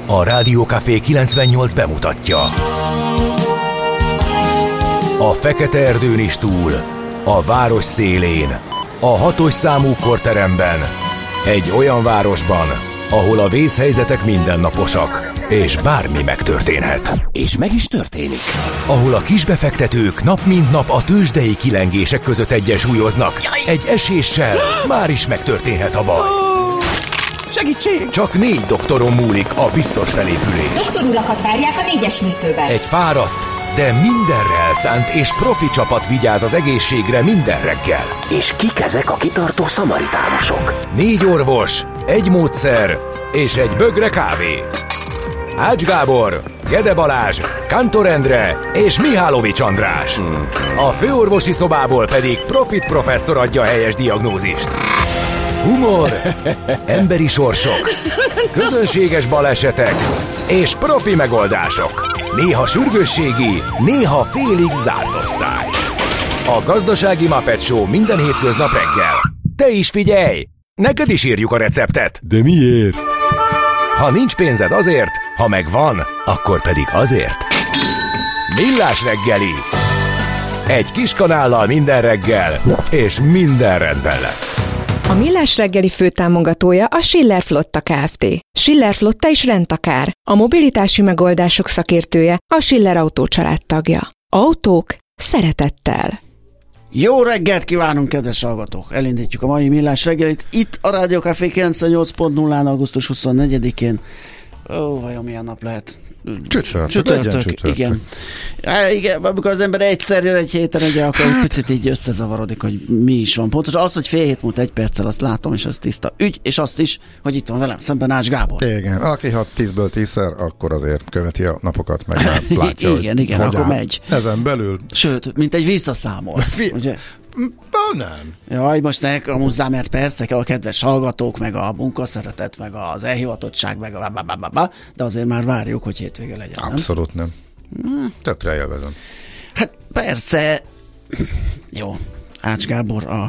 A Rádiókafé 98 bemutatja. A fekete erdőn is túl, a város szélén, a 6-os számú korteremben, egy olyan városban, ahol a vészhelyzetek mindennaposak, és bármi megtörténhet. És meg is történik. Ahol a kisbefektetők nap mint nap a tőzsdei kilengések között egyensúlyoznak. Egy eséssel már is megtörténhet a baj. Segítség! Csak 4 doktoron múlik a biztos felépülés. Doktorulakat várják a 4-es műtőben. Egy fáradt, de mindenre elszánt és profi csapat vigyáz az egészségre minden reggel. És kik ezek a kitartó szamaritánusok? 4 orvos, egy módszer és egy bögre kávé. Ács Gábor, Gede Balázs, Kántor Endre és Mihálovics András. A főorvosi szobából pedig Profit professzor adja a helyes diagnózist. Humor, emberi sorsok, közönséges balesetek és profi megoldások. Néha sürgősségi, néha félig zárt osztály. A Gazdasági Muppet Show minden hétköznap reggel. Te is figyelj! Neked is írjuk a receptet. De miért? Ha nincs pénzed azért, ha megvan, akkor pedig azért. Millás reggeli. Egy kis kanállal minden reggel, és minden rendben lesz. A Millás reggeli főtámogatója a Schiller Flotta Kft. Schiller Flotta is rendtakár. A mobilitási megoldások szakértője, a Schiller Autó család tagja. Autók szeretettel. Jó reggelt kívánunk, kedves hallgatók! Elindítjuk a mai Millás reggelit itt a Rádiókafé 98.0-án augusztus 24-én. Ó, vajon milyen nap lehet? Csütörtök. Igen. Igen, amikor az ember egyszer jön egy héten, ugye, akkor egy picit így összezavarodik, hogy mi is van. Pontosan az, hogy fél hét múlt 1 perccel, azt látom, és az tiszta ügy, és azt is, hogy itt van velem szemben Ács Gábor. Igen, aki ha 10-ből 10-szer, akkor azért követi a napokat, meg már látja, igen, hogy akkor megy. Ezen belül. Sőt, mint egy visszaszámol. Ugye? Nem. Jaj, most ne kamuzzál, mert persze a kedves hallgatók, meg a munkaszeretet, meg az elhivatottság, meg de azért már várjuk, hogy hétvége legyen. Abszolút nem. Tökre élvezem. Hát persze. Jó. Ács Gábor a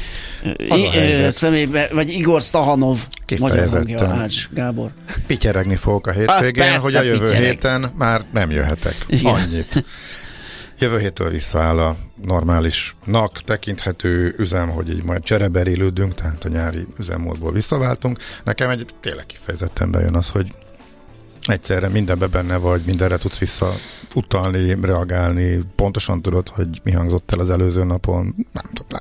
személybe, vagy Igor Stahanov magyar hangja, Ács Gábor. Pityeregni fogok a hétvégén, persze, hogy a jövő héten már nem jöhetek. Igen. Annyit. Jövő héttől visszaáll a normálisnak tekinthető üzem, hogy így majd csereberélődünk, tehát a nyári üzemmódból visszaváltunk. Nekem egy tényleg kifejezetten bejön az, hogy egyszerre mindenbe benne vagy, mindenre tudsz visszautalni, reagálni, pontosan tudod, hogy mi hangzott el az előző napon, nem tudom.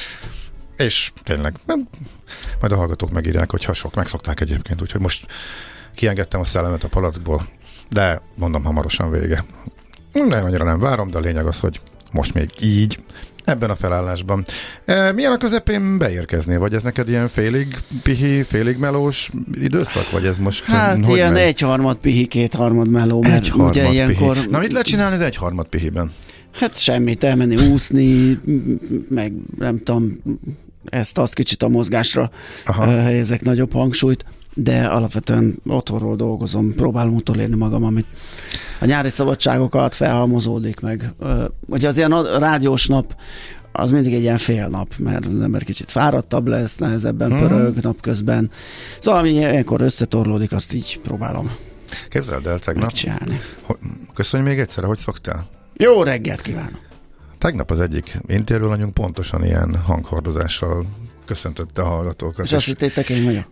És tényleg, majd a hallgatók megírják, hogyha sok, megszokták egyébként, úgyhogy most kiengedtem a szellemet a palackból, de mondom, hamarosan vége. Nem, annyira nem várom, de a lényeg az, hogy most még így, ebben a felállásban. Milyen a közepén beérkezni? Vagy ez neked ilyen félig pihi, félig melós időszak? Vagy ez most hát hogy ilyen megy? 1/3 pihi, 2/3 meló, mert ugye ilyenkor... Pihi. Na mit lehet csinálni az 1/3 pihiben? Hát semmit, elmenni úszni, meg nem tudom, azt kicsit a mozgásra helyezek nagyobb hangsúlyt, de alapvetően otthonról dolgozom, próbálom utolérni magam, amit a nyári szabadságokat felhalmozódik meg. Ugye az ilyen rádiós nap, az mindig egy ilyen fél nap, mert az ember kicsit fáradtabb lesz, nehezebben pörög napközben. Szóval ami ilyenkor összetorlódik, azt így próbálom. Képzeld el, tegnap. Köszönj még egyszer, hogy szoktál? Jó reggelt kívánok! Tegnap az egyik interjúlanyunk pontosan ilyen hanghordozással köszöntötte a hallgatókat. És azt hittétek, én vagyok?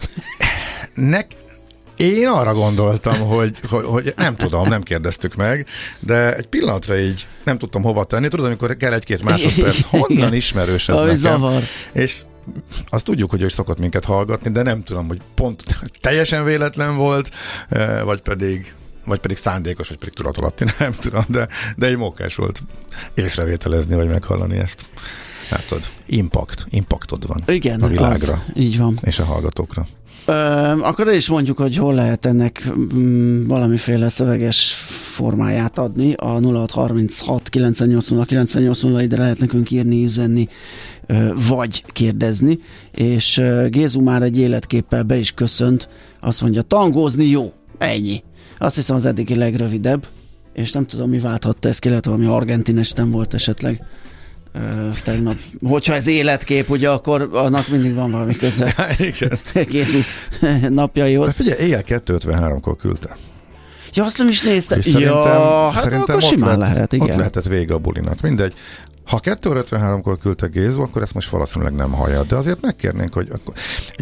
Én arra gondoltam, hogy nem tudom, nem kérdeztük meg, de egy pillanatra így nem tudtam hova tenni. Tudod, amikor kell 1-2 másodperc, honnan ismerős ez nekem? Zavar. És azt tudjuk, hogy ő is szokott minket hallgatni, de nem tudom, hogy pont teljesen véletlen volt, vagy pedig szándékos, vagy pedig tudatalatti, nem tudom, de egy mókás volt észrevételezni, vagy meghallani ezt. Látod, impactod van. Igen, a világra. Az, így van. És a hallgatókra. Akkor is mondjuk, hogy hol lehet ennek valamiféle szöveges formáját adni. A 0636 980 980 ide lehet nekünk írni, üzenni, vagy kérdezni. És Gézu már egy életképpel be is köszönt. Azt mondja, tangózni jó. Ennyi. Azt hiszem az eddigi legrövidebb. És nem tudom, mi válthatta ezt ki, lehet valami argentines nem volt esetleg. tegnap. Hogyha ez életkép, ugye, akkor annak mindig van valami köze. Gézu napjaihoz. Hát figyelj, éjjel 2:53-kor küldte. Ja, azt nem is néztem. Szerintem akkor simán lehet, igen. Ott lehetett vége a bulinak. Mindegy. Ha 2:53-kor küldte Gézu, akkor ezt most valószínűleg nem hallja. De azért megkérnénk, hogy akkor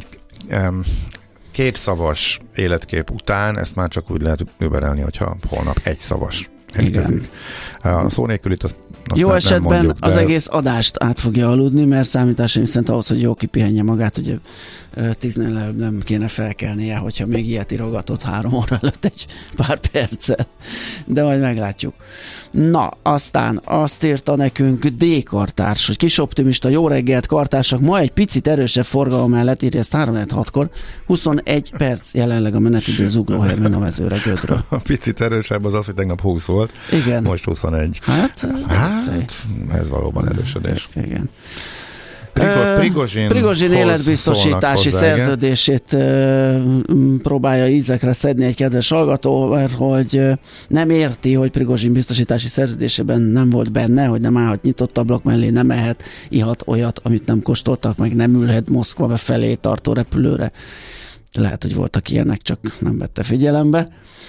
kétszavas életkép után ezt már csak úgy lehet überelni, hogyha holnap egyszavas érkezik. A szó nélkül itt azt jó nem esetben mondjuk, az egész adást át fogja aludni, mert számításaim szerint ahhoz, hogy jó kipihenje magát, ugye 10-nél előbb nem kéne felkelnie, hogyha még ilyet írogatott 3 óra előtt egy pár perccel. De majd meglátjuk. Na, aztán azt írta nekünk D-kartárs, hogy kis optimista, jó reggelt kartársak, ma egy picit erősebb forgalom mellett, írja ezt 3-6-kor, 21 perc jelenleg a menetidő Zuglóhelyben a Mezőregődről. A picit erősebb az, hogy tegnap 20 volt, igen. Most 21. Hát ez valóban erősödés. Igen. Prigozsin életbiztosítási szerződését próbálja ízekre szedni egy kedves hallgató, mert hogy nem érti, hogy Prigozsin biztosítási szerződésében nem volt benne, hogy nem állhat nyitott ablak mellé, nem ehet, ihat olyat, amit nem kóstoltak, meg nem ülhet Moszkva felé tartó repülőre. Lehet, hogy voltak ilyenek, csak nem vette figyelembe.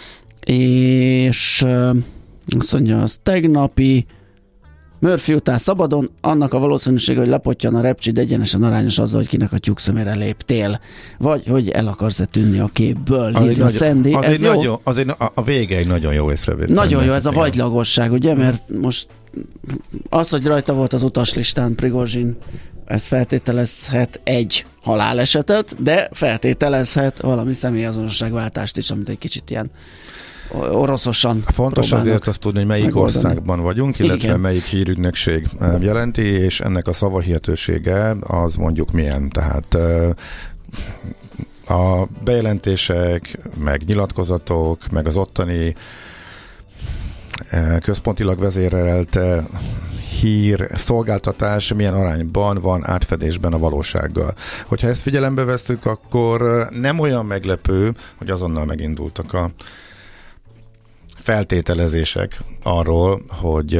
És azt mondja, az tegnapi Murphy után szabadon, annak a valószínűsége, hogy lepottyan a repcsid egyenesen arányos azzal, hogy kinek a tyúkszemére léptél. Vagy, hogy el akarsz-e tűnni a képből, írja Sandy. A vége egy nagyon jó észrevétel. Nagyon jó, ez a vagylagosság, ugye, mert most az, hogy rajta volt az utaslistán Prigozsin, ez feltételezhet egy halálesetet, de feltételezhet valami személyazonosságváltást is, amit egy kicsit ilyen oroszosan fontos azért azt tudni, hogy melyik megoldani. Országban vagyunk, illetve igen. Melyik hírügynökség jelenti, és ennek a szavahihetősége az mondjuk milyen. Tehát a bejelentések, meg nyilatkozatok, meg az ottani központilag vezérelt hír, szolgáltatás milyen arányban van átfedésben a valósággal. Hogyha ezt figyelembe vesszük, akkor nem olyan meglepő, hogy azonnal megindultak a feltételezések arról, hogy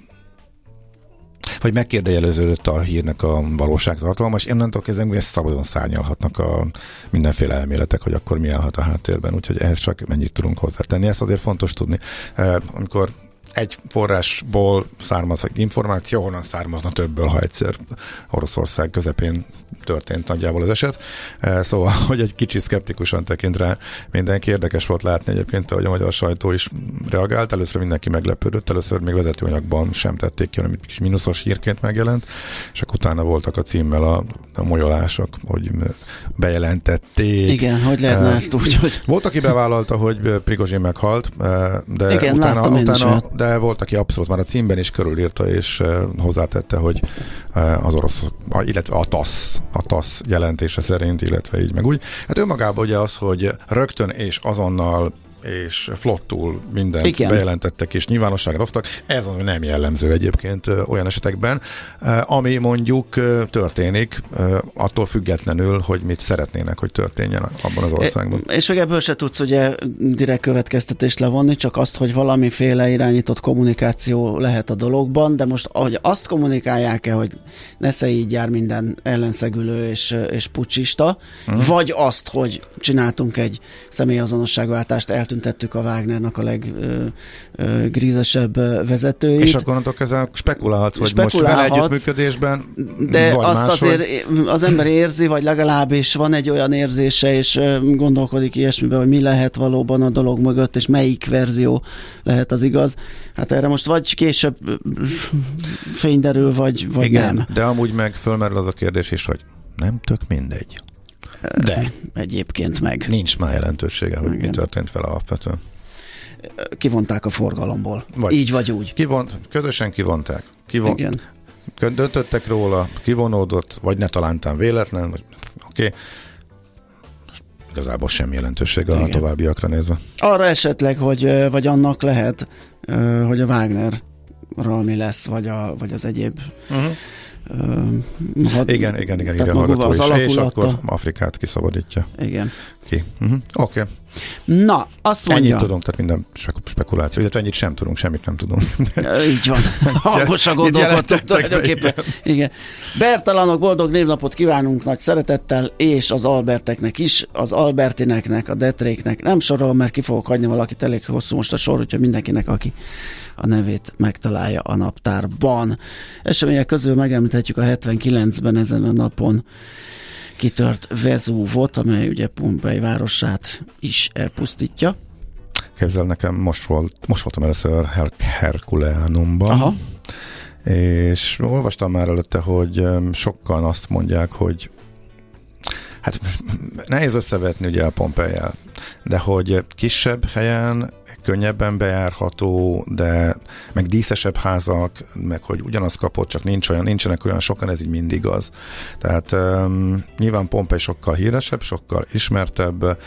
megkérdőjeleződött a hírnek a valóságtartalma, és innentől kezdve ezt szabadon szárnyalhatnak a mindenféle elméletek, hogy akkor mi állhat a háttérben, úgyhogy ehhez csak mennyit tudunk hozzátenni. Ezt azért fontos tudni. Amikor egy forrásból származhat információ, honnan származna többből, ha egyszer Oroszország közepén történt nagyjából az eset. Szóval, hogy egy kicsit szkeptikusan tekint rá mindenki. Érdekes volt látni egyébként, hogy a magyar sajtó is reagált. Először mindenki meglepődött, először még vezetőanyagban sem tették ki, hanem kis mínuszos hírként megjelent, és akkor utána voltak a címmel a molyolások, hogy bejelentették. Igen, hogy lehetne ezt úgy, hogy... Volt, aki bevállalta, hogy Prigozsin meghalt, de igen, utána de volt, aki abszolút már a címben is körülírta, és hozzátette, hogy az orosz, illetve a TASZ jelentése szerint, illetve így meg úgy. Hát önmagában ugye az, hogy rögtön és azonnal és flottul mindent igen. bejelentettek és nyilvánosságra hoztak. Ez az, nem jellemző egyébként olyan esetekben, ami mondjuk történik, attól függetlenül, hogy mit szeretnének, hogy történjen abban az országban. És meg ebből se tudsz ugye direkt következtetést levonni, csak azt, hogy valamiféle irányított kommunikáció lehet a dologban, de most ahogy azt kommunikálják-e, hogy nesze így jár minden ellenszegülő és pucsista, vagy azt, hogy csináltunk egy személyazonosságváltást, eltüntettük a Wagnernak a leggrízesebb vezetőit. És akkor onnantól kezdve spekulálhatsz, hogy most vele együttműködésben de vagy azt máshogy. Azért az ember érzi, vagy legalábbis van egy olyan érzése, és gondolkodik ilyesmiben, hogy mi lehet valóban a dolog mögött, és melyik verzió lehet az igaz. Hát erre most vagy később fényderül, vagy igen, nem. De amúgy meg fölmerül az a kérdés is, hogy nem tök mindegy. De egyébként meg. Nincs már jelentősége, hogy mi történt vele alapvetően. Kivonták a forgalomból. Így vagy úgy. Közösen kivonták. Igen. Döntöttek róla, kivonódott, vagy ne talántán véletlen, vagy oké. Igazából semmi jelentősége a továbbiakra nézve. Arra esetleg, hogy vagy annak lehet, hogy a Wagnerral mi lesz, vagy az egyéb igen, ide hallgató is. És akkor Afrikát kiszabadítja. Igen. Oké. Na, azt mondja... Ennyit tudunk, tehát minden spekuláció, illetve ennyit sem tudunk, semmit nem tudunk. Így van. Hangosan gondolkodtunk tulajdonképpen. Igen. Bertalanok, boldog névnapot kívánunk nagy szeretettel, és az Alberteknek is, az Albertineknek, a Detréknek nem sorol, mert ki fogok hagyni valakit, elég hosszú most a sor, úgyhogy mindenkinek, aki a nevét megtalálja a naptárban. Események közül megemlíthetjük a 79-ben ezen a napon kitört Vezúvot, amely ugye Pompei városát is elpusztítja. Képzel, nekem most voltam először Herculaneumban. Aha. És olvastam már előtte, hogy sokan azt mondják, hogy hát nehéz összevetni ugye a Pompejjel, de hogy kisebb helyen könnyebben bejárható, de meg díszesebb házak, meg hogy ugyanaz kapott, csak nincsenek olyan sokan, ez így mindig az. Tehát nyilván Pompei sokkal híresebb, sokkal ismertebb,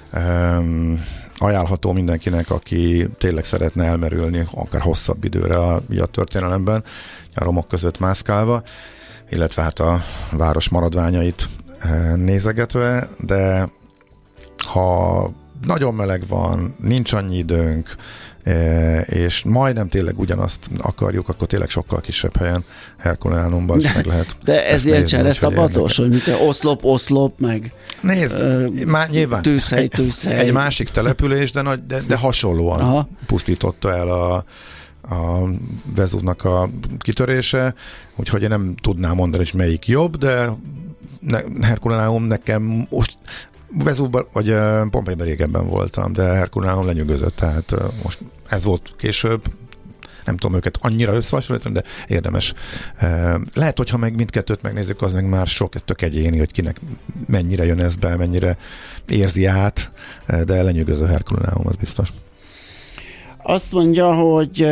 ajánlható mindenkinek, aki tényleg szeretne elmerülni akár hosszabb időre a történelemben, a romok között mászkálva, illetve hát a város maradványait nézegetve, de ha nagyon meleg van, nincs annyi időnk, és majdnem tényleg ugyanazt akarjuk, akkor tényleg sokkal kisebb helyen Herculaneumban is meg lehet. De ez ilyen csereszabbatos, hogy mit oszlop, meg már nyilván tűzhely. Egy másik település, de hasonlóan pusztította el a Vezúvnak a kitörése, úgyhogy én nem tudnám mondani, hogy melyik jobb, de Herculaneum nekem most Vezúvban, vagy Pompeiben régebben voltam, de Herculaneum lenyűgözött, tehát most ez volt később, nem tudom őket annyira összehasonlítani, de érdemes. Lehet, hogyha meg mindkettőt megnézzük, az meg már sok, tök egyéni, hogy kinek mennyire jön ez be, mennyire érzi át, de lenyűgöző Herculaneum, az biztos. Azt mondja, hogy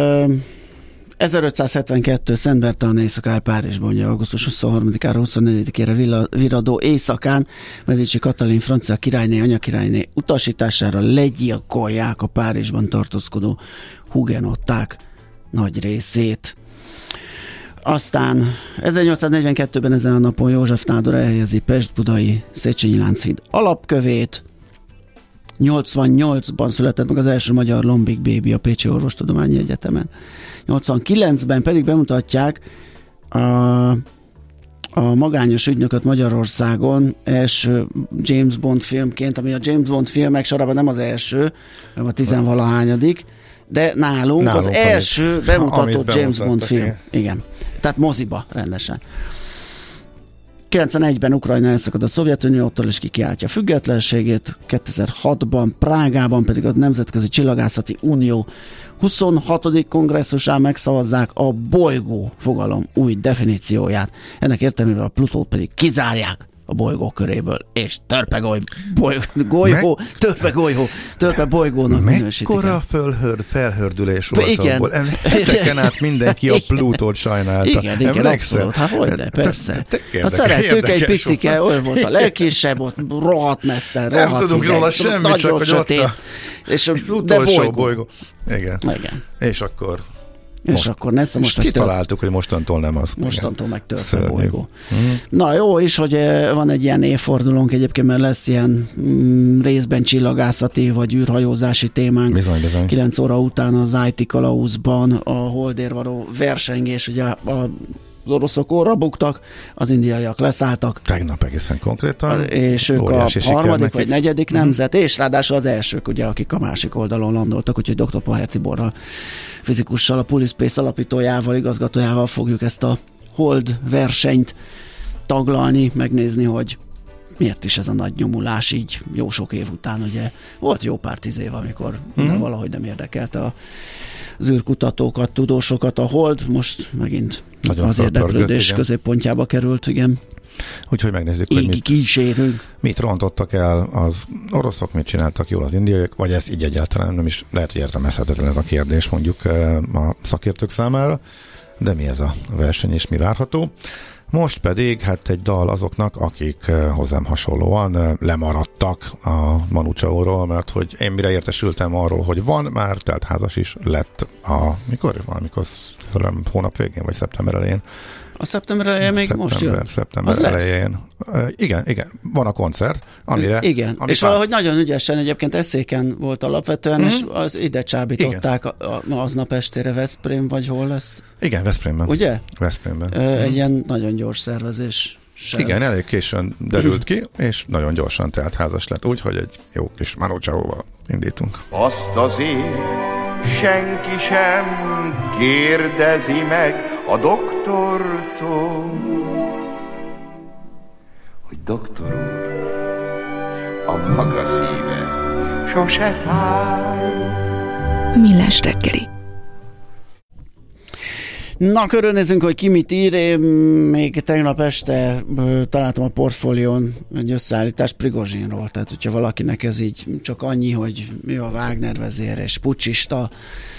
1572. Szent Bertalan éjszakája Párizsban, ugye augusztus 23-ára 24-ére viradó éjszakán Medici Katalin francia királyné, anyakirályné utasítására legyilkolják a Párizsban tartózkodó hugenották nagy részét. Aztán 1842-ben ezen a napon József Nádor elhelyezi Pest-Budai Széchenyi Lánchíd alapkövét. 88-ban született meg az első magyar lombik bébi a Pécsi Orvostudományi Egyetemen. 89-ben pedig bemutatják a magányos ügynököt Magyarországon első James Bond filmként, ami a James Bond filmek sorában nem az első, hanem a 10-valahányadik, de nálunk az első bemutatott James Bond film. Igen. Tehát moziba rendesen. 91-ben Ukrajna elszakad a Szovjetuniótól, és kikiáltja függetlenségét. 2006-ban Prágában pedig a Nemzetközi Csillagászati Unió 26. kongresszusán megszavazzák a bolygó fogalom új definícióját. Ennek értelmében a Plutót pedig kizárják a bolygó köréből, és törpe bolygónak minősítik. Mekkora felhördülés volt abból. Heteken át mindenki a Plutót sajnálta. Igen, abszolút. Hát hogyne, persze. Ha szerettük, egy picike, olyan volt a legkisebb, ott rohadt messze, rohadt nem tudunk róla semmit, csak hogy ott a utolsó bolygó. Igen. És akkor most kitaláltuk, hogy mostantól nem az. Mostantól meg törpe bolygó. Na jó is, hogy van egy ilyen évfordulónk egyébként, mert lesz ilyen részben csillagászati vagy űrhajózási témánk. Bizony. 9 óra után az IT kalauzban a holdér való versengés, ugye az oroszok orra buktak, az indiaiak leszálltak. Tegnap egészen konkrétan. És ők a harmadik vagy negyedik nemzet, és ráadásul az elsők, ugye, akik a másik oldalon landoltak, úgyhogy dr. Paher Tiborral, fizikussal, a Pulispace alapítójával, igazgatójával fogjuk ezt a hold versenyt taglalni, megnézni, hogy miért is ez a nagy nyomulás így jó sok év után, ugye volt jó pár 10 év, amikor valahogy nem érdekelte az űrkutatókat, tudósokat a hold, most megint nagyon az érdeklődés középpontjába került, igen. Úgyhogy megnézzük, hogy mit rontottak el az oroszok, mit csináltak jól az indiaiak, vagy ez így egyáltalán nem is lehet, hogy értelmezhetetlen ez a kérdés mondjuk a szakértők számára, de mi ez a verseny és mi várható. Most pedig hát egy dal azoknak, akik hozzám hasonlóan lemaradtak a Manu Chao-ról, mert hogy én mire értesültem arról, hogy van már, tehát házas is lett valamikor hónap végén, vagy szeptember elején A szeptember elején még most jön? Szeptember elején. Igen, van a koncert, amire... Igen, és valahogy nagyon ügyesen, egyébként Eszéken volt alapvetően, és az ide csábították aznap estére Veszprém, vagy hol lesz? Igen, Veszprémben. Ugye? Veszprémben. Egy ilyen nagyon gyors szervezés. Igen, elég későn derült ki, és nagyon gyorsan telt házas lett, úgyhogy egy jó kis Manu Chao-val indítunk. Azt azért senki sem kérdezi meg a doktortól, hogy doktor úr, a maga szíve sose fáj. Millás reggeli. Na, körülnézünk, hogy ki mit ír. Én még tegnap este találtam a Portfólión egy összeállítás Prigozsinról, tehát hogyha valakinek ez így csak annyi, hogy mi a Wagner vezér és pucsista,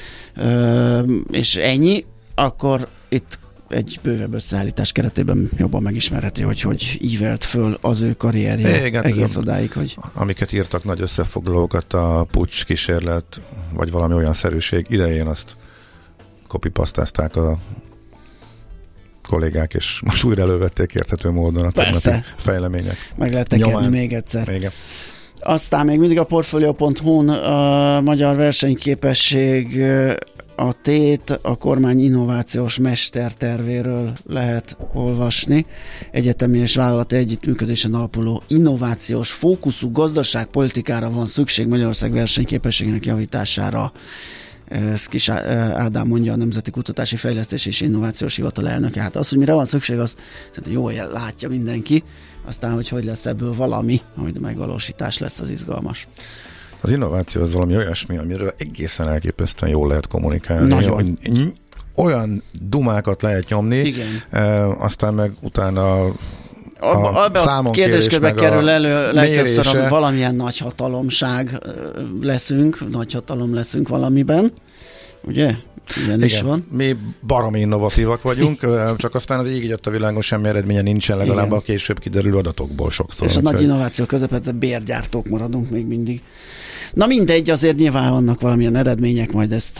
és ennyi, akkor itt egy bővebb összeállítás keretében jobban megismerheti, hogy ívelt föl az ő karrierje egész odáig. Hogy... Amiket írtak nagy összefoglalókat, a puccs kísérlet, vagy valami olyan szerűség idején, azt copypasztázták a kollégák, és most újra elővették érthető módon a tegnapi fejlemények. Meg lehet tekerni még egyszer. Igen. Aztán még mindig a Portfolio.hu-n a magyar versenyképesség a tét, a kormány innovációs mestertervéről lehet olvasni. Egyetemi és vállalati együttműködésen alapuló innovációs fókuszú gazdaságpolitikára van szükség Magyarország versenyképességének javítására. Ezt Kis Ádám mondja, a Nemzeti Kutatási Fejlesztési és Innovációs Hivatal elnöke. Hát az, hogy mire van szükség, az szerintem jól látja mindenki. Aztán, hogy lesz ebből valami, hogy megvalósítás lesz, az izgalmas. Az innováció az valami olyasmi, amiről egészen elképesztően jól lehet kommunikálni. Olyan dumákat lehet nyomni, aztán meg utána a kérdéskörbe kerül elő legtöbbször, hogy valamilyen nagyhatalomság nagyhatalom leszünk valamiben, ugye? Igen, is van. Mi baromi innovatívak vagyunk, csak aztán az ég a világon semmi eredménye nincsen, legalább a később kiderülő adatokból sokszor. És a nagy innováció közepette bérgyártók maradunk még mindig. Na mindegy, azért nyilván vannak valamilyen eredmények, majd ezt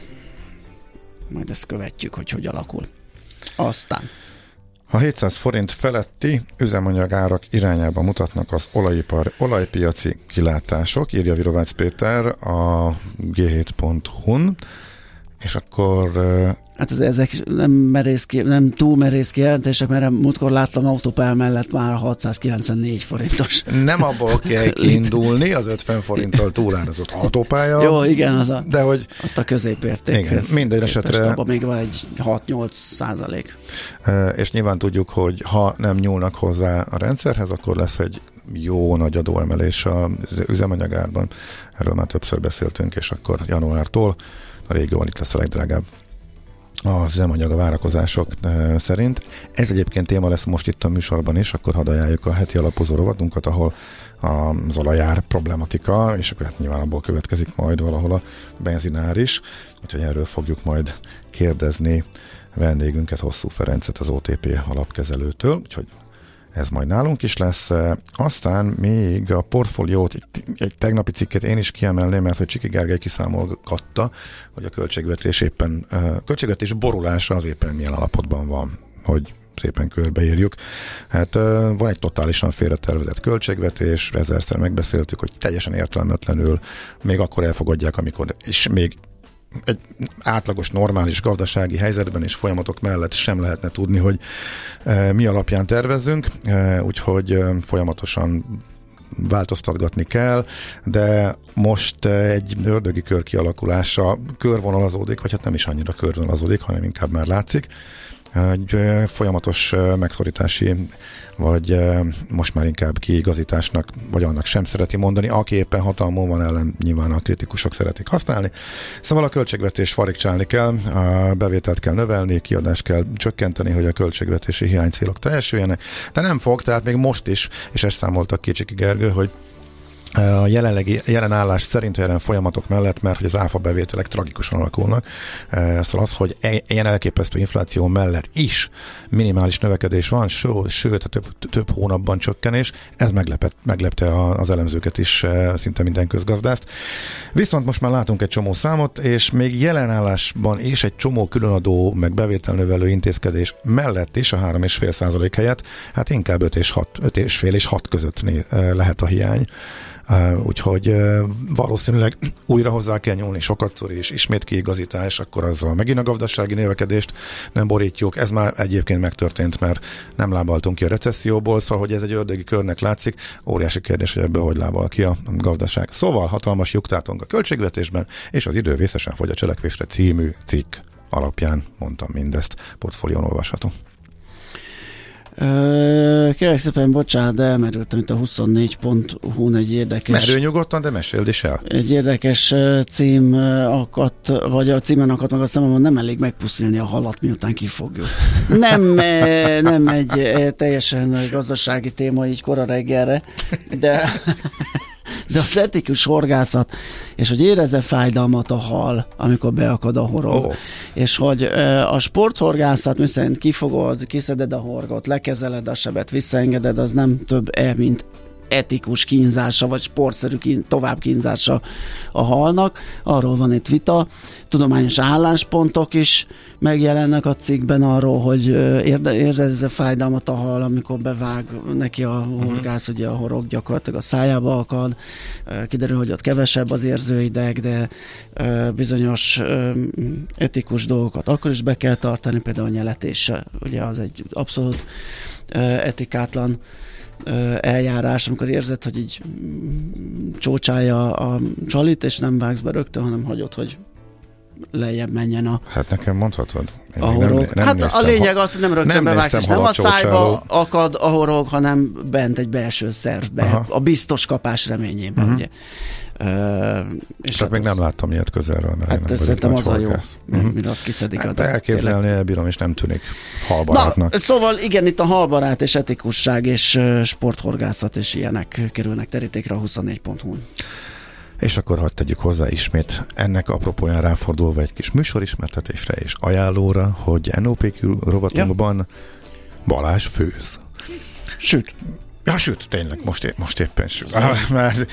követjük, hogy alakul. Aztán a 700 forint feletti üzemanyagárak irányába mutatnak az olajpiaci kilátások, írja Virovácz Péter a G7.hu-n, és akkor... Hát ezek nem túl merész kijelentések, mert múltkor láttam Autopál mellett már 694 forintos. Nem abból kell kiindulni, az 50 forinttal túlárazott autópálya. Jó, igen, de hogy ott a középérték. Igen, minden esetre. Abban még van egy 6-8%. És nyilván tudjuk, hogy ha nem nyúlnak hozzá a rendszerhez, akkor lesz egy jó nagy adóemelés az üzemanyagárban. Erről már többször beszéltünk, és akkor januártól a régióban itt lesz a legdrágább az üzemanyag a várakozások szerint. Ez egyébként téma lesz most itt a műsorban is, akkor hadd ajánljuk a heti alapozó rovatunkat, ahol az olajár problematika, és akkor hát nyilván abból következik majd valahol a benzinár is, úgyhogy erről fogjuk majd kérdezni vendégünket, Hosszú Ferencet, az OTP alapkezelőtől, úgyhogy ez majd nálunk is lesz. Aztán még a portfóliót, egy tegnapi cikket én is kiemelném, mert hogy Csiki Gergely kiszámolgatta, hogy a költségvetés borulása az éppen milyen állapotban van, hogy szépen körbeírjuk. Hát van egy totálisan félretervezett költségvetés, ezerszer megbeszéltük, hogy teljesen értelmetlenül még akkor elfogadják, amikor és még egy átlagos, normális gazdasági helyzetben és folyamatok mellett sem lehetne tudni, hogy mi alapján tervezzünk, úgyhogy folyamatosan változtatgatni kell, de most egy ördögi kör kialakulása körvonalazódik, vagy hát nem is annyira körvonalazódik, hanem inkább már látszik. Egy folyamatos megszorítási, vagy most már inkább kiigazításnak, vagy annak sem szereti mondani, aki éppen hatalmon van ellen, nyilván a kritikusok szeretik használni. Szóval a költségvetést farigcsálni kell, a bevételt kell növelni, kiadást kell csökkenteni, hogy a költségvetési hiánycélok teljesüljenek, de nem fog, tehát még most is, és ezt számoltak ki Csiki Gergő, hogy a jelen állás szerint jelen folyamatok mellett, mert hogy az áfa bevételek tragikusan alakulnak. Szóval az, hogy ilyen elképesztő infláció mellett is minimális növekedés van, sőt a több hónapban csökkenés, ez meglepte az elemzőket is, szinte minden közgazdászt. Viszont most már látunk egy csomó számot, és még jelen állásban is egy csomó különadó, meg bevételnövelő intézkedés mellett is a 3,5% helyett, hát inkább 5,5 és 6 között lehet a hiány. Úgyhogy valószínűleg újra hozzá kell nyúlni sokatszor, és ismét kiigazítás, akkor azzal megint a gazdasági növekedést nem borítjuk. Ez már egyébként megtörtént, mert nem lábaltunk ki a recesszióból, szóval hogy ez egy ördögi körnek látszik. Óriási kérdés, hogy ebből hogy lábal ki a gazdaság. Szóval hatalmas lyuktátunk a költségvetésben, és az idő vészesen fogy a cselekvésre című cikk alapján mondtam mindezt. Portfólión olvasható. Kérlek szépen, bocsánat, de elmerültem itt a 24.hu-n egy érdekes... Merülj nyugodtan, de meséld is el. Egy érdekes cím akadt, vagy a címen akadt meg a szememben, nem elég megpuszilni a halat, miután kifogjuk. Nem egy teljesen gazdasági téma így kora reggelre, de az etikus horgászat, és hogy érezze fájdalmat a hal, amikor beakad a horog. És hogy a sporthorgászat, miszerint kifogod, kiszeded a horgot, lekezeled a sebet, visszaengeded, az nem több mint etikus kínzása, vagy sportszerű továbbkínzása a halnak. Arról van itt vita. Tudományos álláspontok is megjelennek a cikkben arról, hogy érezze fájdalmat a hal, amikor bevág neki a horgász, ugye a horog gyakorlatilag a szájába akad. Kiderül, hogy ott kevesebb az érzőideg, de bizonyos etikus dolgokat akkor is be kell tartani, például a nyeletés, ugye az egy abszolút etikátlan eljárás, amikor érzed, hogy így csócsálja a csalit, és nem vágsz be rögtön, hanem hagyod, hogy lejjebb menjen a... Hát nekem mondhatod. A horog. Hát a lényeg az, hogy nem rögtön bevágsz, és nem a szájba akad a horog, hanem bent egy belső szervbe, a biztos kapás reményében, ugye. És hát még nem láttam ilyet közelről. Hát szerintem az a jó, mire azt kiszedik. Hát elképzelni elbírom, és nem tűnik halbarátnak. Na, szóval igen, itt a halbarát és etikusság és sporthorgászat és ilyenek kerülnek terítékre a 24.hu-n. És akkor hadd tegyük hozzá ismét ennek apropóján ráfordulva egy kis műsorismertetésre és ajánlóra, hogy NOPQ rovatunkban Balázs főz. Süt. Ja, süt, tényleg, most éppen süt. Mert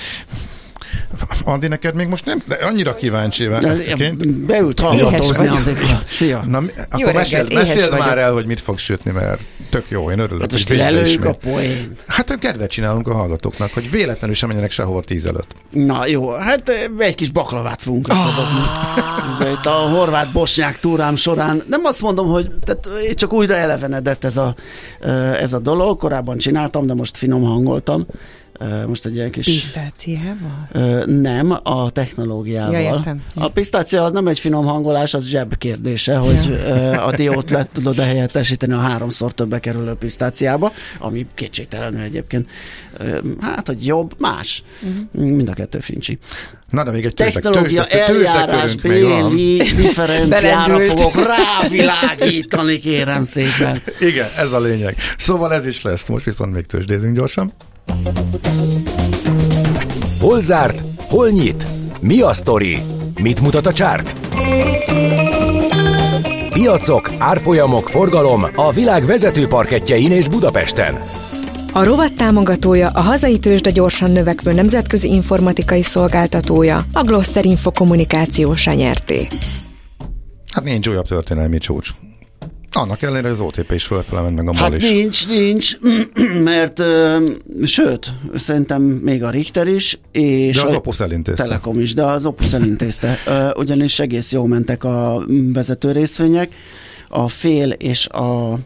Andi, neked még most nem, de annyira kíváncsi beült hallgatózni, Andika. Szia. Na, akkor meséld már el, hogy mit fogsz sütni, mert tök jó, én örülök. Hát most lelőjük a poén. Hát kedvet csinálunk a hallgatóknak, hogy véletlenül sem menjenek sehova 10 előtt. Na jó, hát egy kis baklavát fogunk összedobni. Itt a horvát-bosnyák túrám során nem azt mondom, hogy tehát csak újra elevenedett ez a dolog, korábban csináltam, de most finom hangoltam. Most egy ilyen kis... Pisztáciával? Nem, a technológiával. Ja, értem. A pisztácia az nem egy finom hangolás, az zseb kérdése, hogy a diót le tudod helyettesíteni a 3-szor többe kerülő pisztáciába, ami kétségtelenül egyébként, hát, hogy jobb, más. Mind a kettő fincsi. Na, de még egy technológia eljárásbéli differenciára fogok rávilágítani, kérem szépen. Igen, ez a lényeg. Szóval ez is lesz. Most viszont még tőzsdézünk gyorsan. Hol zárt? Hol nyit? Mi a sztori? Mit mutat a csárt? Piacok, árfolyamok, forgalom a világ vezető parkettjein és Budapesten. A rovat támogatója, a hazai tőzsde gyorsan növekvő nemzetközi informatikai szolgáltatója, a Gloster Info kommunikációs nyerté. Hát nincs újabb történelmi csúcs. Annak ellenére az OTP is fölfele ment, meg a MOL is. Nincs, mert sőt, szerintem még a Richter is, és de az Opus elintézte. Telekom is, de az Opus elintézte. Ugyanis egész jól mentek a vezető részvények, a fél és a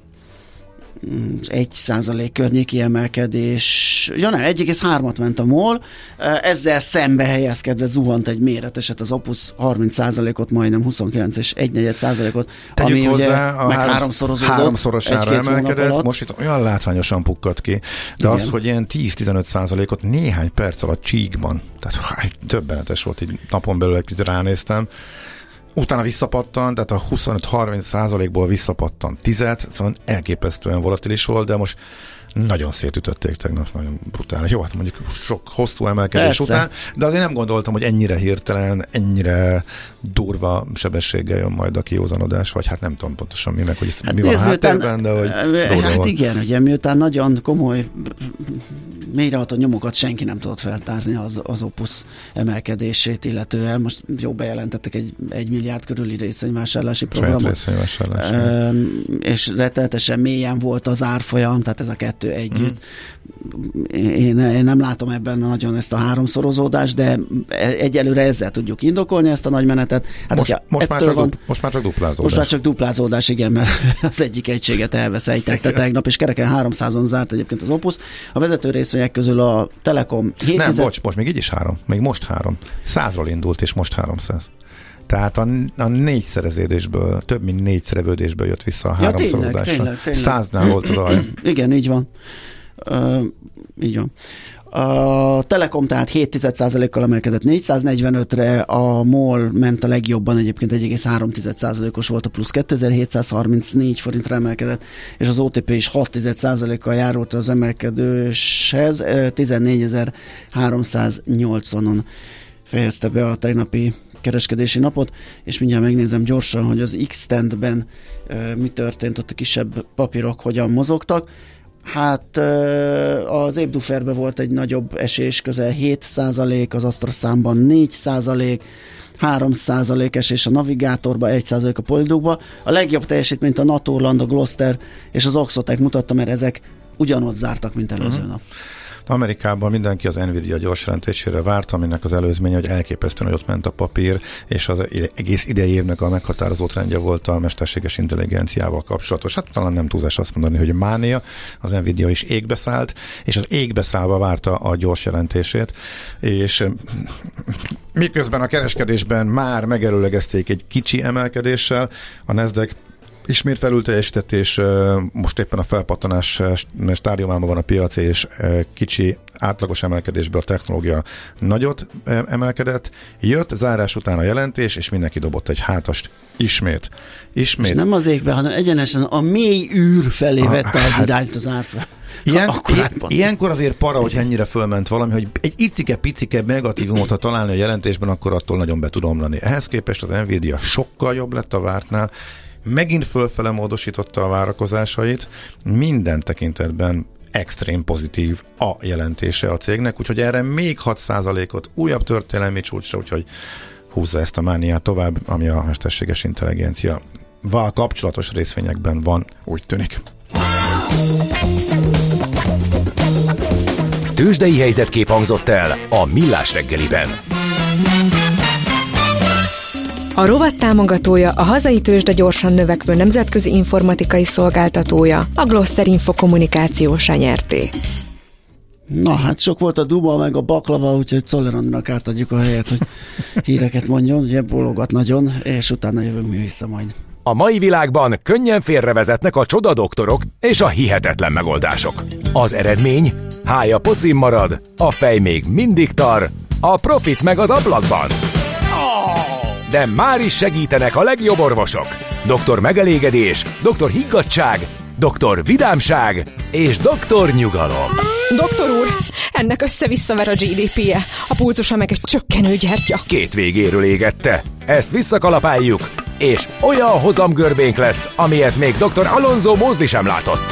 1% környéki emelkedés, ja nem, 1,3-at ment a MOL, ezzel szembe helyezkedve zuhant egy méreteset az Opus 30%-ot, majdnem 29 és 1,4%-ot, ami ugye meg háromszorosára emelkedett, most itt olyan látványosan pukkadt ki, de igen. Az, hogy ilyen 10-15%-ot néhány perc alatt csíkban, tehát döbbenetes volt, így napon belül egy kicsit ránéztem, utána visszapattant, tehát a 25-30%-ból visszapattant 10-et, szóval elképesztően volatilis volt, de most nagyon szétütötték tegnap, nagyon brutális. Jó, hát mondjuk sok hosszú emelkedés után, de azért nem gondoltam, hogy ennyire hirtelen, ennyire durva sebességgel jön majd a kiózanodás, vagy hát nem tudom pontosan mi, meg hogy hát mi van a háttérben, de hogy hát van. Igen, ugye miután nagyon komoly mélyreható nyomokat senki nem tudott feltárni az Opus emelkedését illetően. Most jó bejelentettek egy 1 milliárd körüli részvényvásárlási programot. És rettenetesen mélyen volt az árfolyam, tehát ez a kettő együtt. Én nem látom ebben nagyon ezt a háromszorozódást, de egyelőre ezzel tudjuk indokolni ezt a nagy menetet. Hát most már csak duplázódás. Most már csak duplázódás, igen, mert az egyik egységet elveszejtette tegnap, és kereken 300-on zárt egyébként az Opus. A vezető részvények közül a Telekom 7 most még így is 3. Még most 3. 100-ról indult, és most 300. Tehát a négyszereződésből, több mint négyszerevődésből jött vissza a háromszorozódásra. Tényleg. 100-nál volt az alja. Igen, így van. Így van. A Telekom tehát 7,1%-kal emelkedett 445-re, a MOL ment a legjobban, egyébként 1,3%-os volt a plusz 2734 forintra emelkedett, és az OTP is 6,1%-kal járult az emelkedőshez, 14.380-on fejezte be a tegnapi kereskedési napot, és mindjárt megnézem gyorsan, hogy az X-Tendben mi történt, ott a kisebb papírok hogyan mozogtak. Hát az Ébduferben volt egy nagyobb esés, közel 7%, az AstraZánban 4%, 3% esés a Navigátorba, 1% a Polydukba. A legjobb teljesítményt a Naturland, a Gloster és az Oxotec mutatta, mert ezek ugyanott zártak, mint előző nap. Amerikában mindenki az Nvidia gyors jelentésére várt, aminek az előzménye, hogy elképesztően nagyot ment a papír, és az egész idei évnek a meghatározó trendje volt a mesterséges intelligenciával kapcsolatos. Hát talán nem túlzás azt mondani, hogy mánia, az Nvidia is égbe szállt, és az égbe szállva várta a gyors jelentését, és miközben a kereskedésben már megerőlegezték egy kicsi emelkedéssel, a Nasdaq ismét felülteljesített, és most éppen a felpattanás stádiumában van a piac, és kicsi átlagos emelkedésből a technológia nagyot emelkedett. Jött zárás után a jelentés, és mindenki dobott egy hátast ismét. És nem az égbe, hanem egyenesen a mély űr felé vette az irányt az árfa. Ilyenkor azért para, hogy ennyire fölment valami, hogy egy icike-picike negatívumot ha találni a jelentésben, akkor attól nagyon be tud omlani. Ehhez képest az Nvidia sokkal jobb lett a vártnál, megint fölfele módosította a várakozásait, minden tekintetben extrém pozitív a jelentése a cégnek, úgyhogy erre még 6%-ot újabb történelmi csúcsra, úgyhogy húzza ezt a mániát tovább, ami a mesterséges intelligenciával kapcsolatos részvényekben van, úgy tűnik. Tőzsdei helyzetkép hangzott el a Millás reggeliben. A rovat támogatója a hazai tőzsde gyorsan növekvő nemzetközi informatikai szolgáltatója, a Gloster Info Kommunikációs nyerté. Na hát sok volt a duba meg a baklava, úgyhogy Czoller Andrának átadjuk a helyet, hogy híreket mondjon, ugye bólogat nagyon, és utána jövünk mi vissza majd. A mai világban könnyen félrevezetnek a csodadoktorok és a hihetetlen megoldások. Az eredmény? Hája pocim marad, a fej még mindig tar, a profit meg az ablakban. De már is segítenek a legjobb orvosok. Doktor Megelégedés, Doktor Higgadtság, Doktor Vidámság és Doktor Nyugalom. Doktor úr, ennek össze-visszaver a GDP-je, a pulzusa meg egy csökkenő gyertya. Két végéről égette. Ezt visszakalapáljuk, és olyan hozamgörbénk lesz, amilyet még Dr. Alonso Mózdi sem látott.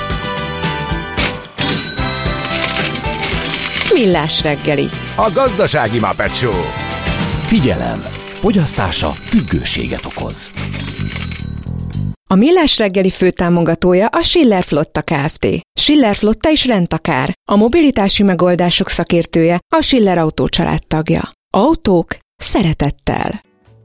Millás reggeli. A gazdasági Muppet Show. Figyelem! Fogyasztása függőséget okoz. A Millás reggeli főtámogatója a Schiller Flotta Kft. Schiller Flotta és Rendtakár. A mobilitási megoldások szakértője, a Schiller Autó családtagja. Autók szeretettel.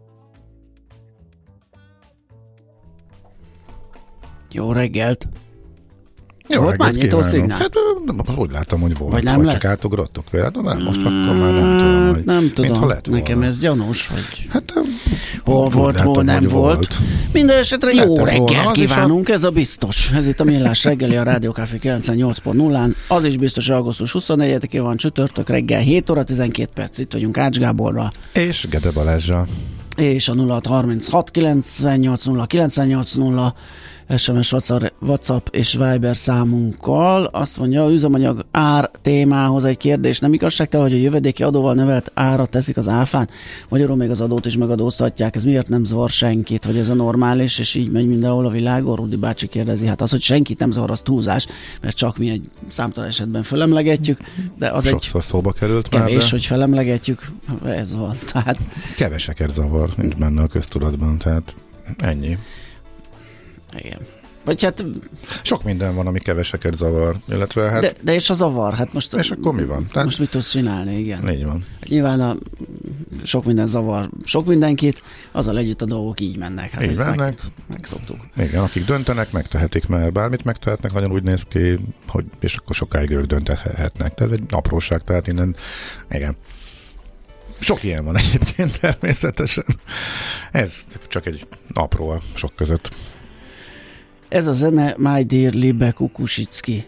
Jó reggelt! Jó volt már nyitó szignál? Hát úgy láttam, hogy volt. Vagy nem lesz? Csak átugrottunk vele, de most akkor már nem tudom. Hogy nem tudom, nekem ez gyanús, hogy hol volt, hol nem volt. Minden esetre jó reggelt kívánunk, ez a biztos. Ez itt a Millás reggeli, a Rádió Café 98.0-án. Az is biztos, hogy augusztus 24-én van, csütörtök reggel 7 óra 12 perc. Itt vagyunk Ács Gáborral. És Gede Balázsral. És a 0636 98 0 98 0 SMS, WhatsApp és Viber számunkkal. Azt mondja, üzemanyag ár témához egy kérdés. Nem igazságtalan, hogy a jövedéki adóval nevelt ára teszik az áfán? Magyarul még az adót is megadóztatják. Ez miért nem zavar senkit? Vagy ez a normális, és így megy mindenhol a világon? Rudi bácsi kérdezi. Hát az, hogy senkit nem zavar, az túlzás, mert csak mi egy számtalan esetben felemlegetjük, de az sokszor szóba került kevés, már, de... hogy felemlegetjük, ez van. Tehát... Keveseket zavar, nincs benne a köztudatban, tehát ennyi. Igen. Vagy hát... Sok minden van, ami keveseket zavar, illetve hát... De és a zavar, hát most... És akkor mi van? Tehát... Most mit tudsz csinálni, igen. Így van. Hát nyilván sok minden zavar sok mindenkit, azzal együtt a dolgok így mennek. Hát így mennek. Megszoktuk. Igen, akik döntenek, megtehetik, mert bármit megtehetnek, nagyon úgy néz ki, hogy és akkor sokáig ők dönthetnek. Tehát egy apróság, tehát innen, igen. Sok ilyen van egyébként természetesen. Ez csak egy apró a sok között. Ez a zene My Dear Liebe Kukusicki.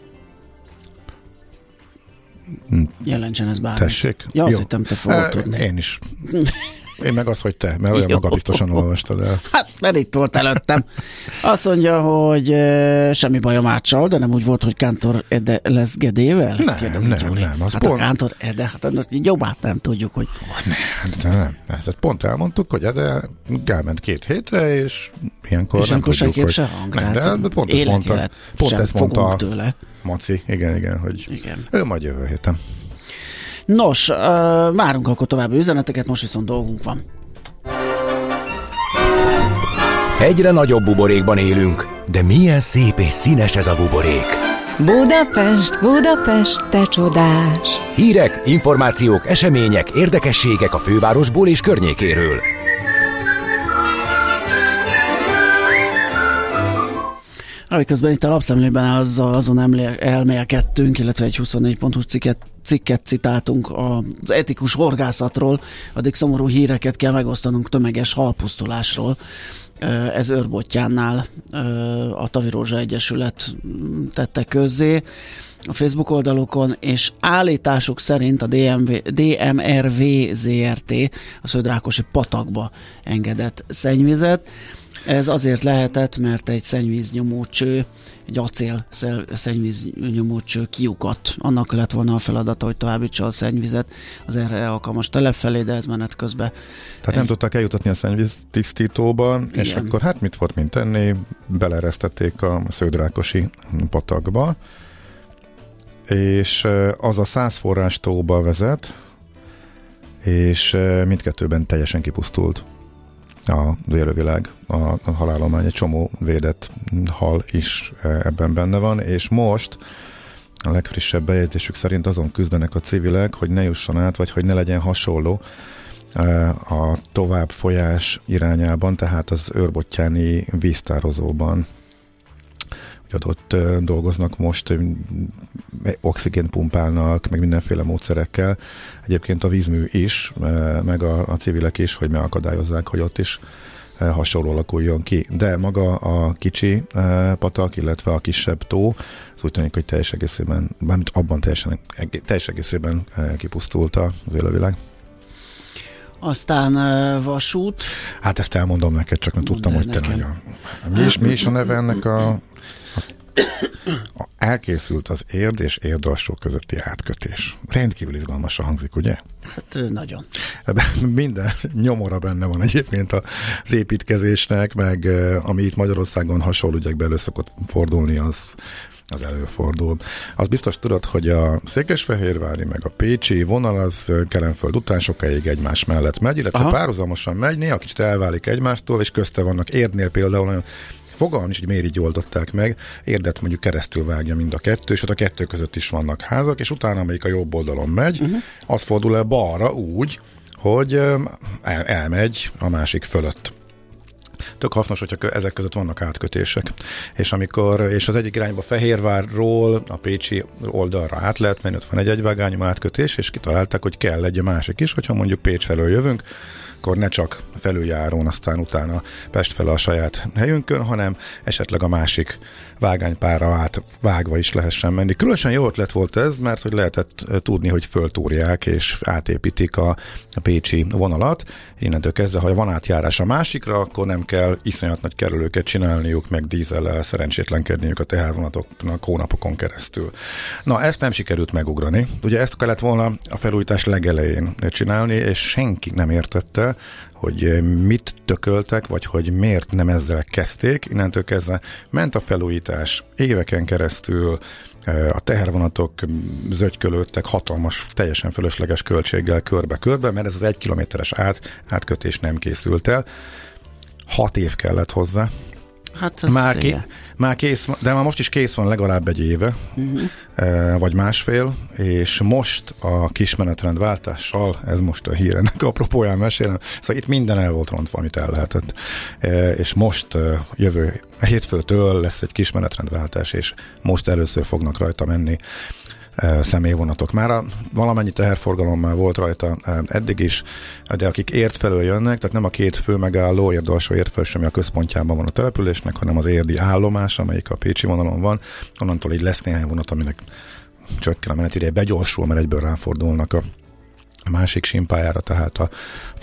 Jelentsen ez bármit. Tessék? Ja, azt hittem, te fogod tudni. Én is. Én meg az, hogy te, mert olyan magabiztosan olvastad el. Hát, mert itt volt előttem. Azt mondja, hogy semmi bajom Áccsal, de nem úgy volt, hogy Kántor Ede lesz Gedével? Nem. Az hát pont... a Kántor Ede, hát jobbát nem tudjuk, hogy... Nem. Ezt pont elmondtuk, hogy Ede elment 2 hétre, és ilyenkor és nem tudjuk, hogy... se hang, nem, de pont ezt mondta. Pont ezt mondta tőle. Maci, igen, hogy igen. Ő majd jövő héten. Nos, várunk akkor további üzeneteket, most viszont dolgunk van. Egyre nagyobb buborékban élünk, de milyen szép és színes ez a buborék. Budapest, Budapest, te csodás! Hírek, információk, események, érdekességek a fővárosból és környékéről. Amiközben itt a lapszemlében azon elmélkedtünk, illetve egy 24.hu cikket citáltunk az etikus horgászatról, addig szomorú híreket kell megosztanunk tömeges halpusztulásról. Ez Őrbottyánnál a Tavirózsa Egyesület tette közzé a Facebook oldalukon, és állításuk szerint a DMRV ZRT a Szödrákosi patakba engedett szennyvizet. Ez azért lehetett, mert egy szennyvíznyomócső, egy acél szennyvíznyomócső kiukadt. Annak lett volna a feladata, hogy továbbítsa a szennyvizet az erre alkalmas telep felé, de ez menet közben. Tehát nem tudták eljutatni a szennyvíz tisztítóba, és akkor hát mit volt mint tenni? Beleresztették a Szödrákosi patakba, és az a 100 forrás tóba vezet, és mindkettőben teljesen kipusztult az élővilág, a halállomány, egy csomó védett hal is ebben benne van, és most a legfrissebb bejegyzésük szerint azon küzdenek a civilek, hogy ne jusson át, vagy hogy ne legyen hasonló a továbbfolyás irányában, tehát az őrbottyáni víztározóban. Úgyhogy ott dolgoznak most, oxigént pumpálnak, meg mindenféle módszerekkel. Egyébként a vízmű is, meg a civilek is, hogy megakadályozzák, hogy ott is hasonló alakuljon ki. De maga a kicsi patak, illetve a kisebb tó, az úgy tűnik, hogy teljes egészében, bármint abban teljes egészében kipusztult az élővilág. Aztán vasút. Hát ezt elmondom neked, csak nem tudtam, hogy te nagyon... Mi is a neve ennek elkészült az Érd és Érd-alsó közötti átkötés. Rendkívül izgalmasan hangzik, ugye? Hát nagyon. Minden nyomora benne van egyébként az építkezésnek, meg ami itt Magyarországon hasonló ügyekbe elő szokott fordulni, az előfordul. Az biztos tudod, hogy a székesfehérvári meg a pécsi vonal az Kelenföld után sokáig egymás mellett megy, illetve párhuzamosan megy, néha kicsit elválik egymástól, és közte vannak. Érdnél például nagyon fogalmam is, hogy miért így oldották meg. Érdet mondjuk keresztül vágja mind a kettő, és ott a kettő között is vannak házak, és utána, amelyik a jobb oldalon megy, az fordul el balra úgy, hogy elmegy a másik fölött. Tök hasznos, hogyha ezek között vannak átkötések. És az egyik irányba Fehérvárról a pécsi oldalra át lehet menni, ott van egy egyvágányú átkötés, és kitalálták, hogy kell egy másik is, hogyha mondjuk Pécs felől jövünk, akkor ne csak felüljárón, aztán utána Pest fel a saját helyünkön, hanem esetleg a másik vágánypára átvágva is lehessen menni. Különösen jó ötlet volt ez, mert hogy lehetett tudni, hogy föltúrják és átépítik a pécsi vonalat. Innentől kezdve, ha van átjárás a másikra, akkor nem kell iszonyat nagy kerülőket csinálniuk, meg dízellel szerencsétlenkedniük a tehervonatoknak hónapokon keresztül. Na, ezt nem sikerült megugrani. Ugye ezt kellett volna a felújítás legelején csinálni, és senki nem értette, hogy mit tököltek, vagy hogy miért nem ezzel kezdték. Innentől kezdve ment a felújítás éveken keresztül, a tehervonatok zögykölődtek hatalmas, teljesen fölösleges költséggel körbe-körbe, mert ez az 1 kilométeres átkötés nem készült el. 6 év kellett hozzá. Hát már kész, de már most is kész van legalább egy éve, vagy másfél, és most a kis menetrendváltással, ez most a hír, ennek apropóján mesélem, szóval itt minden el volt rontva, amit el lehetett. És most jövő hétfőtől lesz egy kis menetrendváltás, és most először fognak rajta menni személyvonatok. Már valamennyi teherforgalom már volt rajta eddig is, de akik ért felől jönnek, tehát nem a két fő megálló, Érd-alsó, Érd-föl, ami a központjában van a településnek, hanem az érdi állomás, amelyik a pécsi vonalon van. Onnantól így lesz néhány vonat, aminek csökken a menetideje, begyorsul, mert egyből ráfordulnak a másik símpályára, tehát a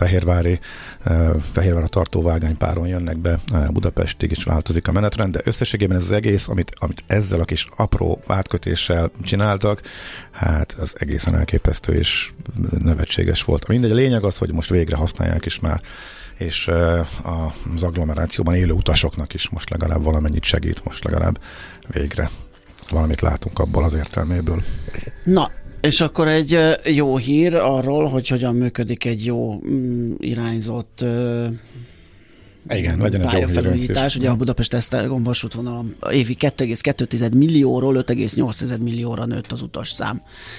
Fehérvárra tartó vágánypáron jönnek be Budapestig, is változik a menetrend, de összességében ez az egész, amit ezzel a kis apró átkötéssel csináltak, hát az egészen elképesztő és nevetséges volt. Mindegy, a lényeg az, hogy most végre használják is már, és az agglomerációban élő utasoknak is most legalább valamennyit segít, most legalább végre valamit látunk abból az értelméből. Na, és akkor egy jó hír arról, hogy hogyan működik egy jó irányzott igen, legyen egy pályafelújítás. Ugye a Budapest-Esztergom vasútvonalon évi 2,2 millióról 5,8 millióra nőtt az utasszám.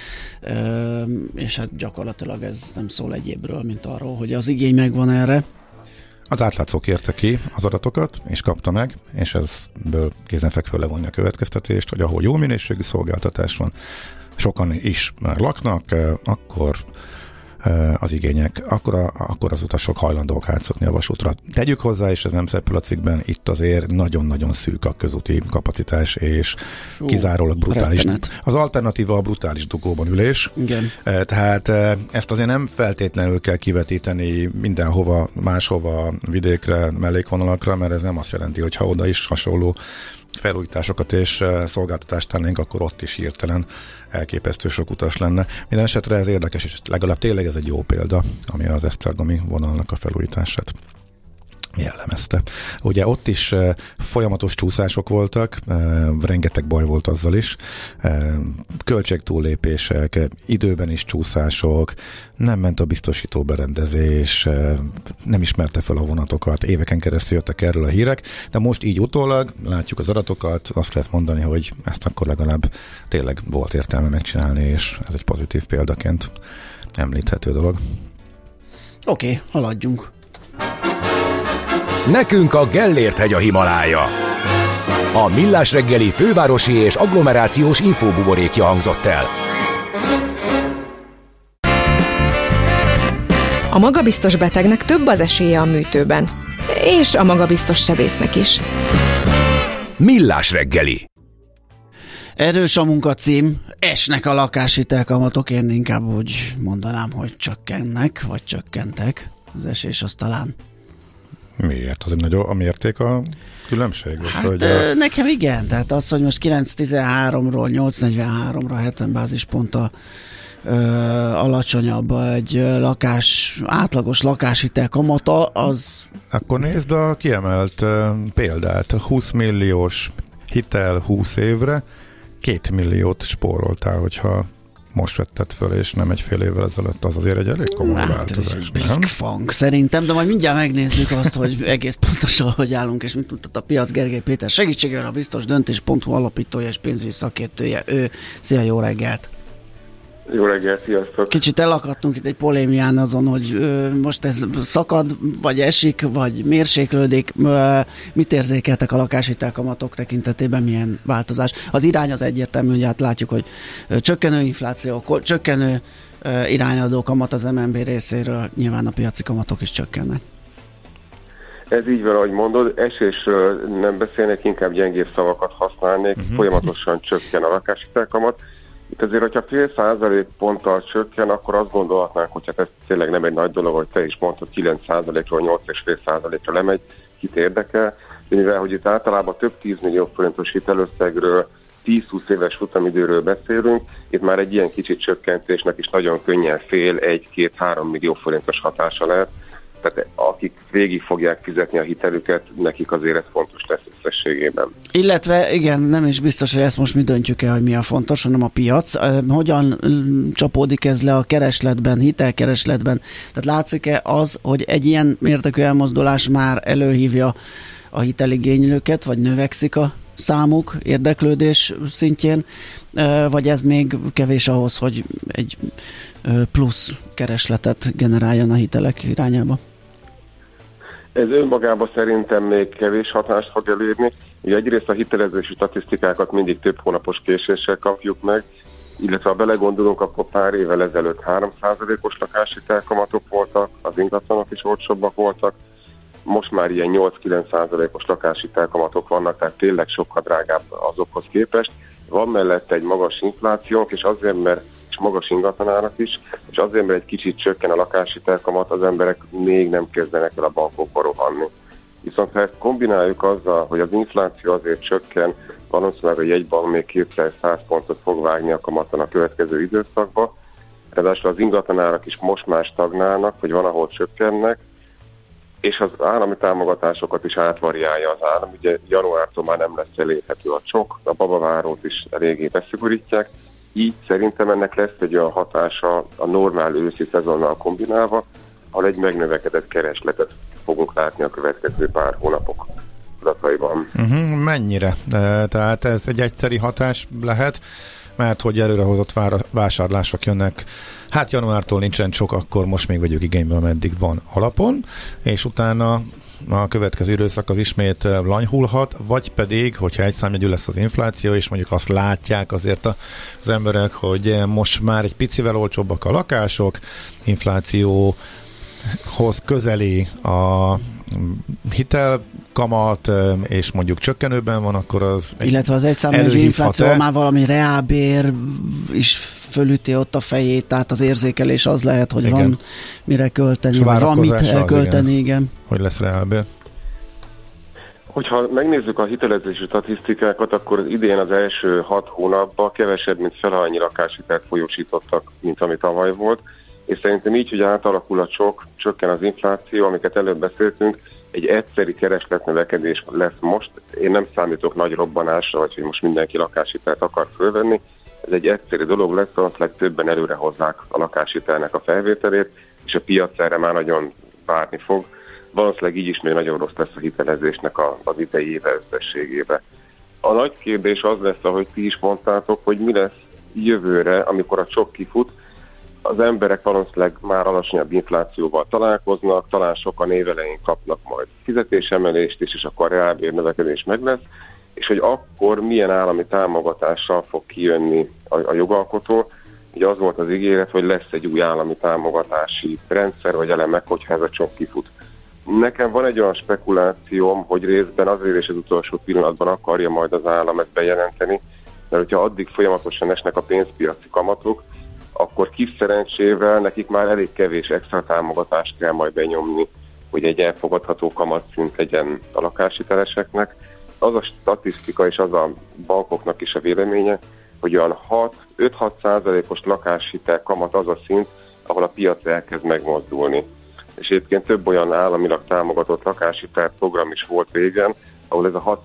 És hát gyakorlatilag ez nem szól egyébről, mint arról, hogy az igény megvan erre. Az átlátszó kérte ki az adatokat, és kapta meg, és ezből kézenfekvő levonni a következtetést, hogy ahol jó minőségű szolgáltatás van, sokan is már laknak, akkor az igények, akkor az utasok hajlandók átszokni a vasútra. Tegyük hozzá, és ez nem szerepel a cikkben, itt azért nagyon-nagyon szűk a közúti kapacitás, és kizárólag brutális. Rettenet. Az alternatíva a brutális dugóban ülés. Igen. Tehát ezt azért nem feltétlenül kell kivetíteni mindenhova, máshova, vidékre, mellékvonalakra, mert ez nem azt jelenti, hogy ha oda is hasonló felújításokat és szolgáltatást tennénk, akkor ott is hirtelen elképesztő sok utas lenne. Minden esetre ez érdekes, és legalább tényleg ez egy jó példa, ami az esztergomi vonalnak a felújítását jellemezte. Ugye ott is folyamatos csúszások voltak, rengeteg baj volt azzal is, költségtúllépések, időben is csúszások, nem ment a biztosító berendezés, nem ismerte fel a vonatokat, éveken keresztül jöttek erről a hírek, de most így utólag látjuk az adatokat, azt lehet mondani, hogy ezt akkor legalább tényleg volt értelme megcsinálni, és ez egy pozitív példaként említhető dolog. Oké, haladjunk. Nekünk a Gellért-hegy a Himalája. A Millás reggeli fővárosi és agglomerációs infóbuborékja hangzott el. A magabiztos betegnek több az esélye a műtőben. És a magabiztos sebésznek is. Millás reggeli. Erős a munkacím, esnek a lakáshitelkamatok, én inkább úgy mondanám, hogy csökkennek, vagy csökkentek. Az esés az talán. Miért? Az egy nagyobb a mérték a különbség? Hát hogy nekem igen, tehát az, hogy most 9,13-ról 8,43-ra 70 bázisponttal alacsonyabb egy átlagos lakáshitel kamata, az... Akkor nézd a kiemelt példát. 20 milliós hitel 20 évre, 2 milliót spóroltál, hogyha most vetted föl, és nem egy fél évvel ezelőtt, az azért egy elég komoly változás. Ez egy big fang szerintem, de majd mindjárt megnézzük azt, hogy egész pontosan hogy állunk, és mit mutat a piac. Gergely Péter segítségével a Biztos Döntés.hu alapítója és pénzügyi szakértője. Szia, jó reggelt! Jó reggelt, sziasztok! Kicsit elakadtunk itt egy polémián azon, hogy most ez szakad, vagy esik, vagy mérséklődik. Mit érzékeltek a lakáshitelkamatok tekintetében, milyen változás? Az irány az egyértelmű, hogy hát látjuk, hogy csökkenő infláció, csökkenő irányadó kamat az MNB részéről, nyilván a piaci kamatok is csökkennek. Ez így van, ahogy mondod, esésről nem beszélnék, inkább gyengébb szavakat használnék, folyamatosan csökken a lakáshitelkamat. Itt azért, hogyha 0,5% csökken, akkor azt gondolhatnánk, hogy hát ez tényleg nem egy nagy dolog, hogy te is mondtad, 9%-ról 8,5%-ra lemegy, kit érdekel. De mivel, hogy itt általában több 10 millió forintos hitelösszegről, 10-20 éves futamidőről beszélünk, itt már egy ilyen kicsit csökkentésnek is nagyon könnyen 1-2-3 millió forintos hatása lehet. Tehát akik végig fogják fizetni a hitelüket, nekik azért ez fontos lesz összességében. Illetve igen, nem is biztos, hogy ezt most mi döntjük el, hogy mi a fontos, hanem a piac. Hogyan csapódik ez le a keresletben, hitelkeresletben? Tehát látszik-e az, hogy egy ilyen mértékű elmozdulás már előhívja a hiteligénylőket, vagy növekszik a számuk érdeklődés szintjén, vagy ez még kevés ahhoz, hogy egy plusz keresletet generáljon a hitelek irányába? Ez önmagában szerintem még kevés hatást fog elérni. Ugye egyrészt a hitelezési statisztikákat mindig több hónapos késéssel kapjuk meg, illetve ha belegondolunk, akkor pár évvel ezelőtt 3%-os lakáshitelkamatok voltak, az ingatlanok is olcsóbbak voltak, most már ilyen 8-9%-os lakáshitelkamatok vannak, tehát tényleg sokkal drágább azokhoz képest. Van mellette egy magas inflációnk, és azért, mert és magas ingatlanárak is, és azért, mert egy kicsit csökken a lakáshitelkamat, az emberek még nem kezdenek el a bankokba rohanni. Viszont ha ezt kombináljuk azzal, hogy az infláció azért csökken, valószínűleg a jegybank még 200 pontot fog vágni a kamaton a következő időszakba, ráadásul az ingatlanárak is most már stagnálnak, hogy van, ahol csökkennek, és az állami támogatásokat is átvariálja az állam. Ugye januártól már nem lesz elérhető a csok, a babavárót is eléggé beszigorítják, így szerintem ennek lesz egy olyan hatása a normál őszi szezonnal kombinálva, ahol egy megnövekedett keresletet fogunk látni a következő pár hónapok adataiban. Mennyire? Tehát ez egy egyszeri hatás lehet, mert hogy előrehozott vásárlások jönnek. Hát januártól nincsen sok, akkor most még vegyük igénybe, ameddig van alapon, és utána a következő időszak az ismét lanyhulhat, vagy pedig, hogyha egy számjegyű lesz az infláció, és mondjuk azt látják azért az emberek, hogy most már egy picivel olcsóbbak a lakások, inflációhoz közeli a hitelkamat, és mondjuk csökkenőben van, akkor az illetve az egy számjegyű infláció már valami reálbér is fölüti ott a fejét, tehát az érzékelés az lehet, hogy igen, van mire költeni, vagy van mit elkölteni, igen. Hogy lesz reálbér? Hogyha megnézzük a hitelezési statisztikákat, akkor az idén az első 6 hónapban kevesebb, mint fele annyi lakáshitelt folyósítottak, mint ami tavaly volt, és szerintem így, hogy átalakul a csok, csökken az infláció, amiket előbb beszéltünk, egy egyszeri keresletnövekedés lesz most. Én nem számítok nagy robbanásra, vagy hogy most mindenki lakáshitelt akar fölvenni. Ez egy egyszerű dolog lesz, valószínűleg többen előre hozzák a lakáshitelnek a felvételét, és a piac erre már nagyon várni fog. Valószínűleg így is még nagyon rossz lesz a hitelezésnek az idei éve összességébe. A nagy kérdés az lesz, ahogy ti is mondtátok, hogy mi lesz jövőre, amikor a csok kifut. Az emberek valószínűleg már alacsonyabb inflációval találkoznak, talán sokan évelején kapnak majd fizetésemelést is, és akkor a reálbér növekedés meg lesz, és hogy akkor milyen állami támogatással fog kijönni a jogalkotó. Ugye az volt az ígéret, hogy lesz egy új állami támogatási rendszer, vagy elemek, hogyha ez a csomag kifut. Nekem van egy olyan spekulációm, hogy részben azért és az utolsó pillanatban akarja majd az állam ezt bejelenteni, mert hogyha addig folyamatosan esnek a pénzpiaci kamatok, akkor kis szerencsével nekik már elég kevés extra támogatást kell majd benyomni, hogy egy elfogadható kamatszint legyen a lakáshiteleseknek. Az a statisztika és az a bankoknak is a véleménye, hogy olyan 5-6%-os lakáshitel kamat az a szint, ahol a piac elkezd megmozdulni. És egyébként több olyan államilag támogatott lakáshitel program is volt régen, ahol ez a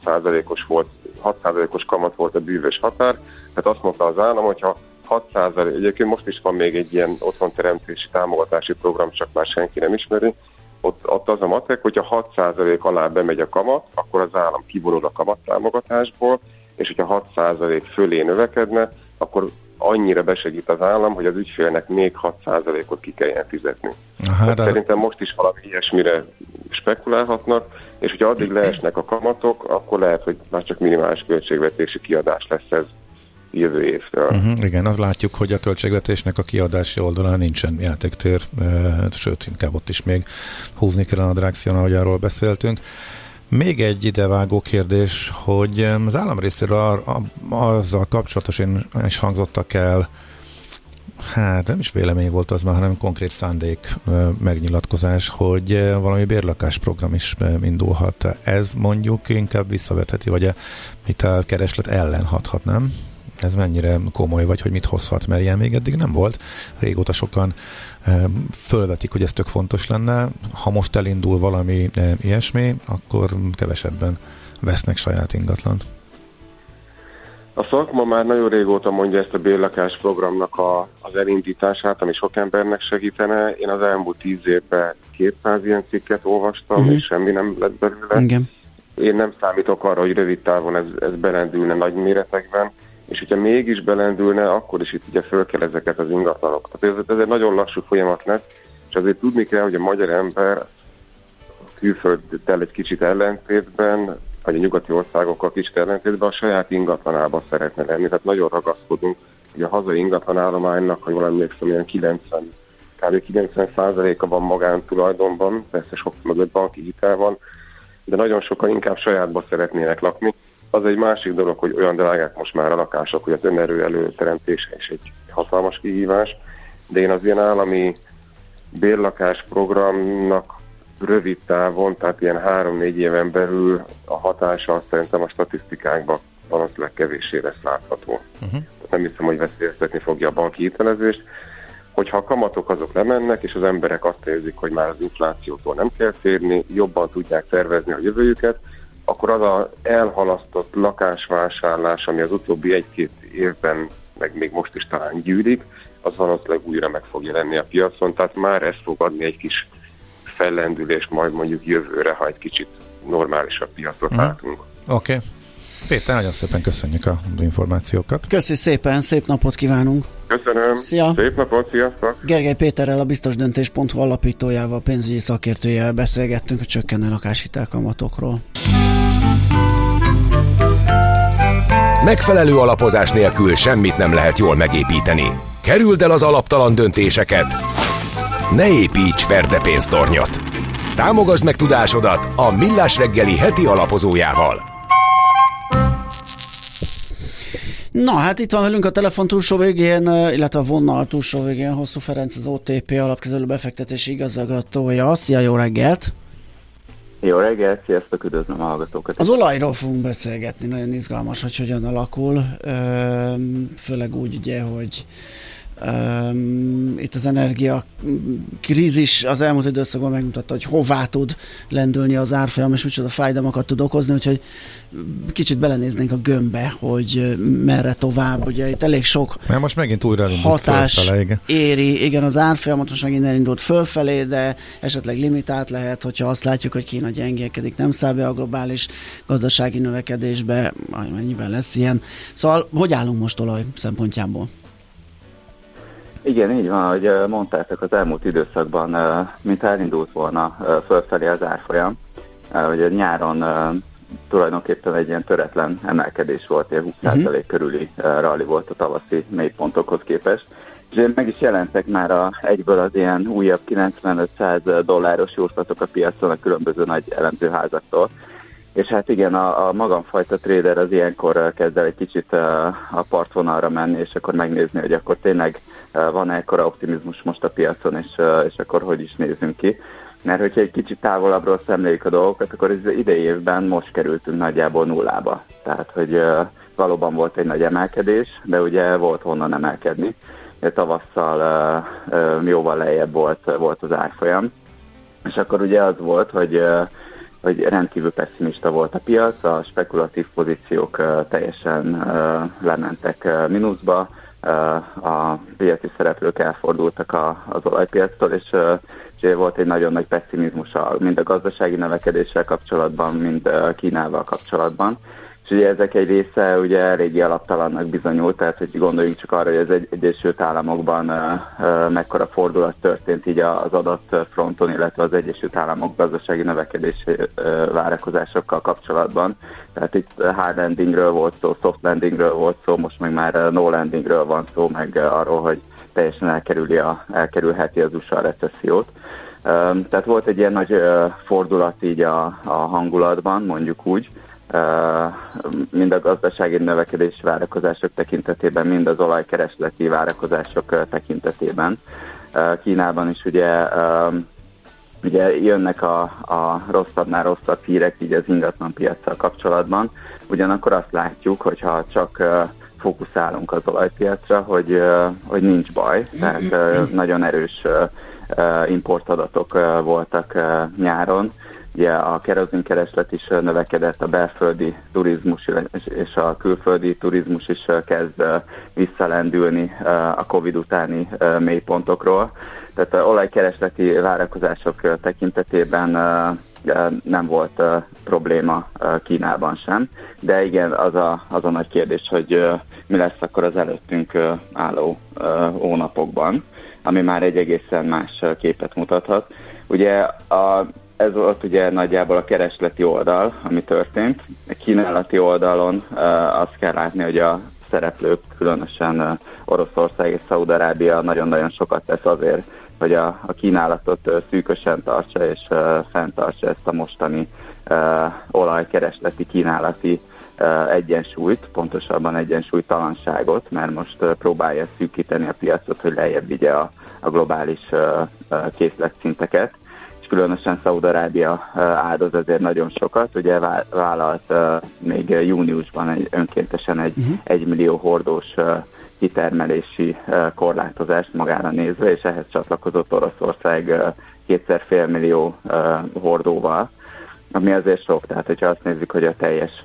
6%-os kamat volt a bűvös határ. Tehát azt mondta az állam, hogyha 6%, egyébként most is van még egy ilyen otthonteremtési támogatási program, csak már senki nem ismeri. Ott az a matek, hogyha 6% alá bemegy a kamat, akkor az állam kivonul a kamattámogatásból, és hogyha 6% fölé növekedne, akkor annyira besegít az állam, hogy az ügyfélnek még 6%-ot ki kelljen fizetni. Szerintem most is valami ilyesmire spekulálhatnak, és hogyha addig leesnek a kamatok, akkor lehet, hogy már csak minimális költségvetési kiadás lesz ez jövő évtől. Igen, azt látjuk, hogy a költségvetésnek a kiadási oldalán nincsen játéktér, sőt, inkább ott is még húzni kellene a drágszíjon, ahogy arról beszéltünk. Még egy idevágó kérdés, hogy az állam részéről azzal kapcsolatosan is hangzottak el, hát nem is vélemény volt az már, hanem konkrét szándék megnyilatkozás, hogy valami bérlakásprogram is indulhat. Ez mondjuk inkább visszavetheti, vagy a hitelkereslet ellen hathat, nem? Ez mennyire komoly, vagy hogy mit hozhat, mert ilyen még eddig nem volt. Régóta sokan fölvetik, hogy ez tök fontos lenne. Ha most elindul valami ilyesmi, akkor kevesebben vesznek saját ingatlant. A szakma már nagyon régóta mondja ezt a bérlakás programnak az elindítását, ami sok embernek segítene. Én az elmúlt 10 évben 200 ilyen cikket olvastam, és semmi nem lett belőle. Igen. Én nem számítok arra, hogy rövid távon ez belendülne nagy méretekben, és hogyha mégis belendülne, akkor is itt ugye föl kell ezeket az ingatlanokat. Ez egy nagyon lassú folyamat lesz, és azért tudni kell, hogy a magyar ember külfölddel egy kicsit ellentétben, vagy a nyugati országokkal kicsit ellentétben a saját ingatlanába szeretne lenni. Tehát nagyon ragaszkodunk, hogy a hazai ingatlanállománynak, hogy valami emlékszem, ilyen 90%-a van magántulajdonban, persze sok mögött banki hitel van, de nagyon sokan inkább sajátba szeretnének lakni. Az egy másik dolog, hogy olyan drágák most már a lakások, hogy az önerő előteremtése is egy hatalmas kihívás, de én az ilyen állami bérlakás programnak rövid távon, tehát ilyen 3-4 éven belül a hatása szerintem a statisztikákban valószínűleg kevéssé lesz látható. Nem hiszem, hogy veszélyeztetni fogja a banki hitelezést. Hogyha a kamatok azok lemennek, és az emberek azt érzik, hogy már az inflációtól nem kell félni, jobban tudják tervezni a jövőjüket, akkor az az elhalasztott lakásvásárlás, ami az utóbbi 1-2 évben, meg még most is talán gyűlik, az valószínűleg újra meg fog jelenni a piacon, tehát már ez fog adni egy kis fellendülést majd mondjuk jövőre, ha egy kicsit normálisabb piacot látunk. Oké. Péter, nagyon szépen köszönjük az információkat. Köszi szépen, szép napot kívánunk. Köszönöm. Szia. Szép napot, sziasztok. Gergely Péterrel, a biztosdöntés.hu alapítójával, pénzügyi szakértőjével beszélgettünk a csökkenő lakáshitel kamatokról. Megfelelő alapozás nélkül semmit nem lehet jól megépíteni. Kerüld el az alaptalan döntéseket. Ne építs ferde pénztornyot. Támogasd meg tudásodat a Millás reggeli heti alapozójával. Na, hát itt van velünk a telefon túlsó végén, illetve a vonal túlsó végén Hosszú Ferenc, az OTP alapkezelő befektetési igazgatója. Szia, jó reggelt! Jó reggelt, sziasztok, üdvözlöm a hallgatókat! Az olajról fogunk beszélgetni, nagyon izgalmas, hogy hogyan alakul, főleg úgy ugye, hogy itt az energia krízis az elmúlt időszakban megmutatta, hogy hová tud lendülni az árfolyam, és micsoda fájdalmakat tud okozni, úgyhogy kicsit belenéznénk a gömbbe, hogy merre tovább. Ugye itt elég sok most megint újra hatás fölfele, éri. Igen, az árfolyamot most megint elindult fölfelé, de esetleg limitált lehet, hogyha azt látjuk, hogy Kína gyengélkedik, nem száll be a globális gazdasági növekedésbe, mennyiben lesz ilyen. Szóval, hogy állunk most olaj szempontjából? Igen, így van, ahogy mondtátok, az elmúlt időszakban, mint elindult volna fölfelé az árfolyam, ugye nyáron tulajdonképpen egy ilyen töretlen emelkedés volt, ilyen 20% körüli rally volt a tavaszi mélypontokhoz képest, és meg is jelentek már egyből az ilyen újabb $95-100 jóslatok a piacon a különböző nagy elemzőházaktól. És hát igen, a magamfajta trader az ilyenkor kezd el egy kicsit a partvonalra menni, és akkor megnézni, hogy akkor tényleg van-e ekkora optimizmus most a piacon, és akkor hogy is nézzünk ki. Mert hogyha egy kicsit távolabbról szemléljük a dolgokat, akkor az idei évben most kerültünk nagyjából nullába. Tehát, hogy valóban volt egy nagy emelkedés, de ugye volt honnan emelkedni. Tavasszal jóval lejjebb volt az árfolyam. És akkor ugye az volt, hogy rendkívül pessimista volt a piac, a spekulatív pozíciók teljesen lementek mínuszba, a piaci szereplők elfordultak az olajpiactól, és volt egy nagyon nagy pessimizmus mind a gazdasági növekedéssel kapcsolatban, mind Kínával kapcsolatban, És ugye ezek egy része ugye eléggé alaptalannak bizonyult, tehát hogy gondoljunk csak arra, hogy az Egyesült Államokban mekkora fordulat történt így az adatfronton, illetve az Egyesült Államok gazdasági növekedési várakozásokkal kapcsolatban. Tehát itt hard landingről volt szó, soft landingről volt szó, most meg már no landingről van szó, meg arról, hogy teljesen elkerülheti az USA a recessziót. Tehát volt egy ilyen nagy fordulat így a hangulatban, mondjuk úgy, mind a gazdasági növekedési várakozások tekintetében, mind az olajkeresleti várakozások tekintetében. Kínában is ugye jönnek a rosszabbnál rosszabb hírek így az ingatlanpiaccal kapcsolatban, ugyanakkor azt látjuk, hogyha csak fókuszálunk az olajpiacra, hogy nincs baj, tehát nagyon erős importadatok voltak nyáron. Ugye a kerozinkereslet is növekedett, a belföldi turizmus és a külföldi turizmus is kezd visszalendülni a Covid utáni mélypontokról. Tehát az olajkeresleti várakozások tekintetében nem volt probléma Kínában sem, de igen, az a nagy kérdés, hogy mi lesz akkor az előttünk álló hónapokban, ami már egy egészen más képet mutathat. Ugye ez volt ugye nagyjából a keresleti oldal, ami történt. A kínálati oldalon azt kell látni, hogy a szereplők, különösen Oroszország és Szaúd-Arábia nagyon-nagyon sokat tesz azért, hogy a kínálatot szűkösen tartsa és fenntartsa ezt a mostani olajkeresleti kínálati egyensúlyt, pontosabban egyensúlytalanságot, mert most próbálja szűkíteni a piacot, hogy lejjebb vigye a globális készletszinteket. Különösen Szaúd-Arábia áldoz ezért nagyon sokat. Ugye vállalt még júniusban önkéntesen egy 1 millió hordós kitermelési korlátozást magára nézve, és ehhez csatlakozott Oroszország 2,5 millió hordóval, ami azért sok. Tehát, hogyha azt nézzük, hogy a teljes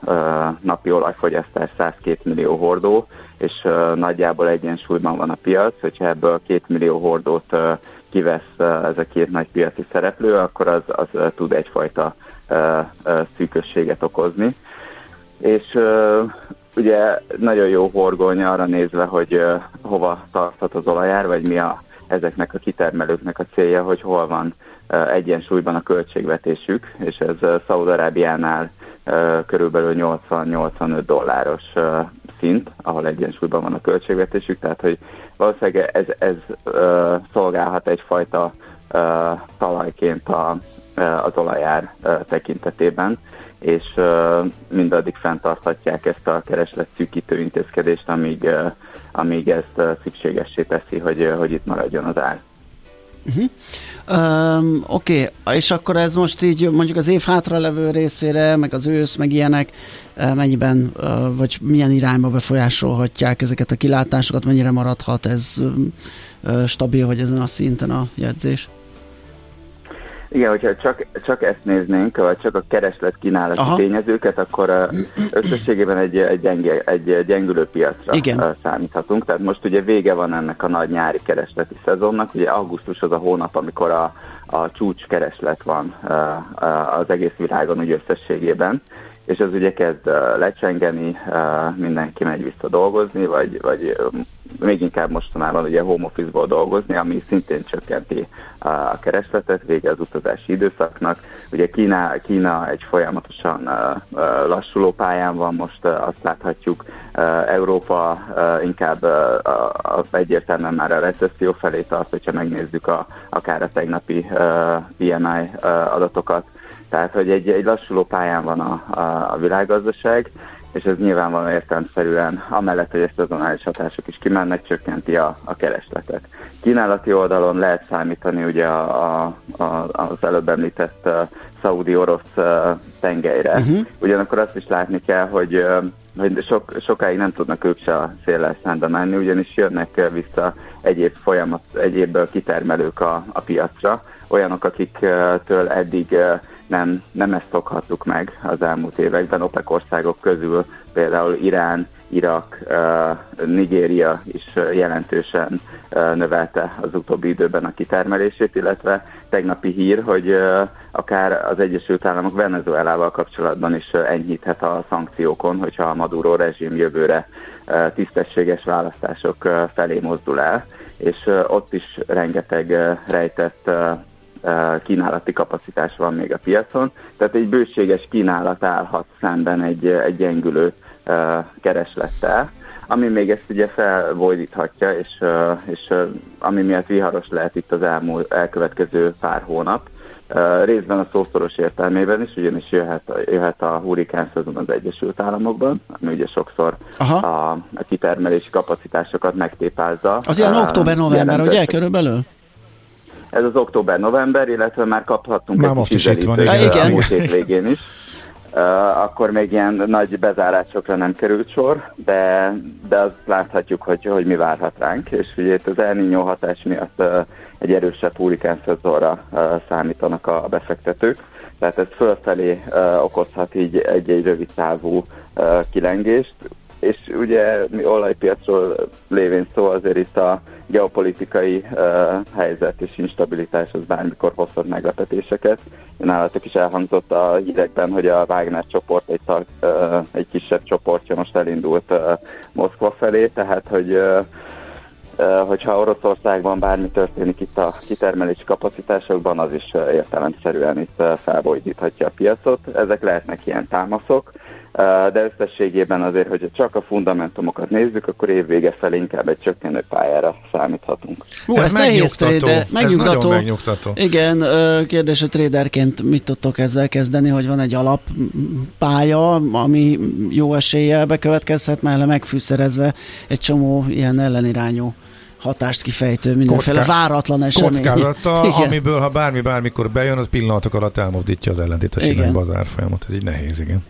napi olajfogyasztás 102 millió hordó, és nagyjából egyensúlyban van a piac, hogyha ebből 2 millió hordót kivesz ez a két nagy piaci szereplő, akkor az tud egyfajta szűkösséget okozni. És ugye nagyon jó horgony arra nézve, hogy hova tarthat az olajár, vagy mi ezeknek a kitermelőknek a célja, hogy hol van egyensúlyban a költségvetésük, és ez Szaúd-Arábiánál körülbelül $80-85 szint, ahol egyensúlyban van a költségvetésük, tehát hogy valószínűleg ez szolgálhat egyfajta talajként az olajár tekintetében, és mindaddig fenntarthatják ezt a keresletszűkítő intézkedést, amíg ezt szükségessé teszi, hogy itt maradjon az ár. Oké, és akkor ez most így mondjuk az év hátralevő részére, meg az ősz, meg ilyenek, mennyiben, vagy milyen irányba befolyásolhatják ezeket a kilátásokat, mennyire maradhat ez stabil, vagy ezen a szinten a jegyzés? Igen, hogyha csak ezt néznénk, vagy csak a kereslet-kínálati tényezőket, akkor összességében egy gyengülő piacra számíthatunk. Tehát most ugye vége van ennek a nagy nyári keresleti szezonnak, ugye augusztus az a hónap, amikor a csúcskereslet van az egész világon úgy összességében, és az ugye kezd lecsengeni, mindenki megy vissza dolgozni, vagy még inkább mostanában ugye home office-ból dolgozni, ami szintén csökkenti a keresletet, vége az utazási időszaknak. Ugye Kína egy folyamatosan lassuló pályán van, most azt láthatjuk, Európa inkább egyértelműen már a recesszió felé tart, hogyha megnézzük akár a tegnapi PMI adatokat. Tehát, hogy egy lassuló pályán van a világgazdaság, és ez nyilvánvalóan értelemszerűen, amellett, hogy a szezonális hatások is kimennek, csökkenti a keresletet. Kínálati oldalon lehet számítani ugye az előbb említett szaudi-orosz tengelyre. Ugyanakkor azt is látni kell, hogy sokáig nem tudnak ők se a széllel szembe menni, ugyanis jönnek vissza egyéb kitermelők a piacra, olyanok, akiktől eddig nem ezt szokhattuk meg az elmúlt években. OPEC országok közül például Irán, Irak, Nigéria is jelentősen növelte az utóbbi időben a kitermelését, illetve tegnapi hír, hogy akár az Egyesült Államok Venezuelával kapcsolatban is enyhíthet a szankciókon, hogyha a Maduro rezsim jövőre tisztességes választások felé mozdul el, és ott is rengeteg rejtett kínálati kapacitás van még a piacon, tehát egy bőséges kínálat állhat szemben egy gyengülő kereslettel, ami még ezt ugye felbojdíthatja, és ami miatt viharos lehet itt az elkövetkező pár hónap. Részben a szószoros értelmében is, ugyanis jöhet a hurrikán szezon az Egyesült Államokban, ami ugye sokszor a kitermelési kapacitásokat megtépázza. Az ilyen október-november, ugye körülbelül? Ez az október-november, illetve már kaphattunk egy kis ízelítőt a múlt hét végén is. Akkor még ilyen nagy bezárásokra nem került sor, de azt láthatjuk, hogy mi várhat ránk, és ugye itt az El Niño hatás miatt egy erősebb hurrikán szezonra számítanak a befektetők, tehát ez fölfelé okozhat így egy rövid távú kilengést, és ugye mi olajpiacról lévén szó, azért itt a geopolitikai helyzet és instabilitás az bármikor hozhat meglepetéseket. Nálatok is elhangzott a hírekben, hogy a Wagner csoport egy kisebb csoportja most elindult Moszkva felé, tehát hogyha Oroszországban bármi történik itt a kitermelési kapacitásokban, az is értelemszerűen itt felbojdíthatja a piacot. Ezek lehetnek ilyen támaszok, de összességében azért, hogyha csak a fundamentumokat nézzük, akkor évvége felé inkább egy csökkenő pályára számíthatunk. Ez nehéz trader, megnyugtató. Megnyugtató. Igen, kérdés, hogy traderként mit tudtok ezzel kezdeni, hogy van egy alappálya, ami jó eséllyel bekövetkezhet, mellé megfűszerezve egy csomó ilyen ellenirányú hatást kifejtő, mindenféle váratlan esemény. Kockázata, amiből ha bármikor bejön, az pillanatok alatt elmozdítja az ellentétes irányba az árfolyamot. Ez így nehéz, igen.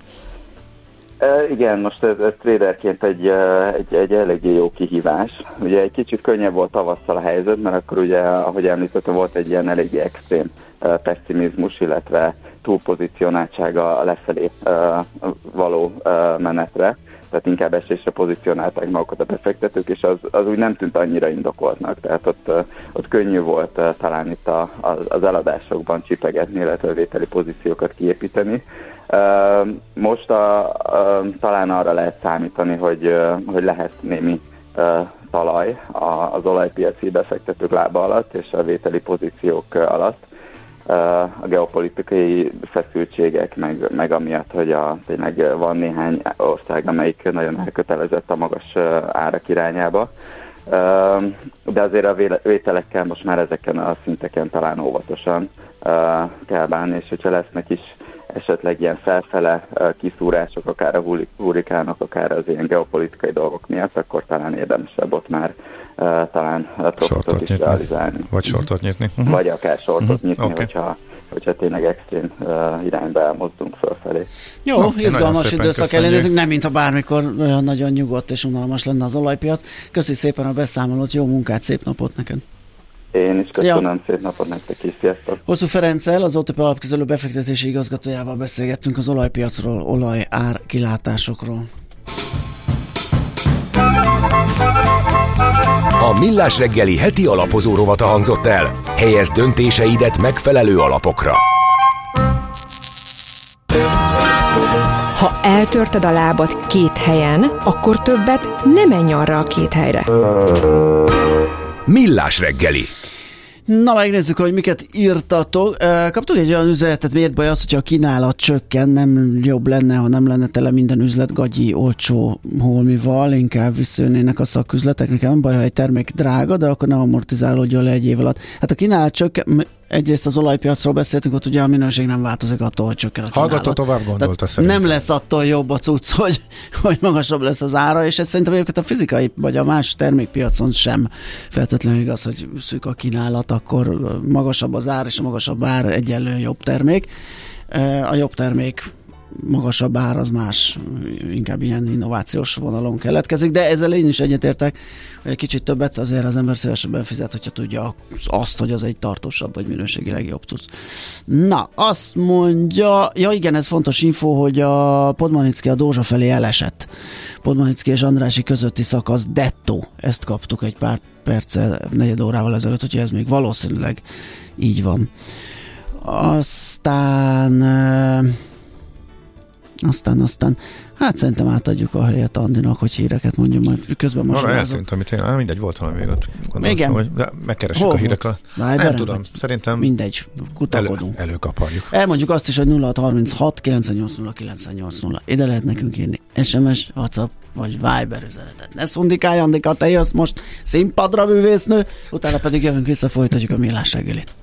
Igen, most ez traderként egy eléggé jó kihívás. Ugye egy kicsit könnyebb volt tavasszal a helyzet, mert akkor ugye, ahogy említettem, volt egy ilyen eléggé extrém pessimizmus, illetve túlpozicionáltsága a lefelé való menetre. Tehát inkább esésre pozícionálták magukat a befektetők, és az úgy nem tűnt annyira indokoltnak. Tehát ott könnyű volt talán itt az eladásokban csipegetni, illetve vételi pozíciókat kiépíteni. Most talán arra lehet számítani, hogy lehet némi talaj az olajpiaci befektetők lába alatt és a vételi pozíciók alatt. A geopolitikai feszültségek, meg amiatt, hogy tényleg van néhány ország, amelyik nagyon elkötelezett a magas árak irányába. De azért a vételekkel most már ezeken a szinteken talán óvatosan kell bánni, és hogyha lesznek is esetleg ilyen felfele kiszúrások, akár a hurrikánok, akár az ilyen geopolitikai dolgok miatt, akkor talán érdemesebb ott már talán profitot is realizálni. Vagy sortot nyitni. Vagy akár sortot nyitni, hogyha tényleg extrém irányba elmozdunk fölfelé. Jó, izgalmas időszak elé, nem mint a bármikor olyan nagyon nyugodt és unalmas lenne az olajpiac. Köszi szépen a beszámolót, jó munkát, szép napot neked! Én is köszönöm, szép napot nektek is, sziasztok! Hosszú Ferenccel, az OTP alapkezelő befektetési igazgatójával beszélgettünk az olajpiacról, olajár kilátásokról. A Millás reggeli heti alapozó rovata hangzott el. Helyezd döntéseidet megfelelő alapokra. Ha eltörted a lábad két helyen, akkor többet nem menj arra a két helyre. Millás reggeli. Na, megnézzük, hogy miket írtatok. Kaptunk egy olyan üzenetet, miért baj az, hogyha a kínálat csökken, nem jobb lenne, ha nem lenne tele minden üzlet gagyi, olcsó holmival, inkább visszajönnének a szaküzletek. Nekem nem baj, ha egy termék drága, de akkor nem amortizálódjon le egy év alatt. Hát a kínálat csökken, egyrészt az olajpiacról beszéltünk, ott ugye a minőség nem változik attól, hogy csökken a kínálat. Hallgató tovább gondolta szerintem. Nem lesz attól jobb a cucc, hogy magasabb lesz az ára, és ez szerintem egyébként a fizikai vagy a más termékpiacon sem feltétlenül igaz, hogy szűk a kínálat, akkor magasabb az ár, és a magasabb ár egyenlően jobb termék. A jobb termék magasabb ár az más, inkább ilyen innovációs vonalon keletkezik, de ezzel én is egyetértek, hogy egy kicsit többet azért az ember szívesebben fizet, hogyha tudja azt, hogy az egy tartósabb vagy minőségileg jobb cucc. Na, azt mondja, ja igen, ez fontos info, hogy a Podmanicki a Dózsa felé elesett. Podmanicki és Andrássy közötti szakasz dettó. Ezt kaptuk egy pár perccel, 4 órával ezelőtt, hogy ez még valószínűleg így van. Aztán hát szerintem átadjuk a helyet Andinak, hogy híreket mondjon, majd közben most eltűnt, amit én, mindegy, volt valami még ott. Igen. Hogy megkeressük a híreket. Nem tudom, szerintem mindegy, kutakodunk. Előkaparjuk. Elmondjuk azt is, hogy 0636 980 980. Ide lehet nekünk írni SMS, WhatsApp vagy Viber üzenetet. Ne szundikálj, Andika, te jössz most színpadra, művésznő, utána pedig jövünk vissza, folytatjuk a Millás reggelit.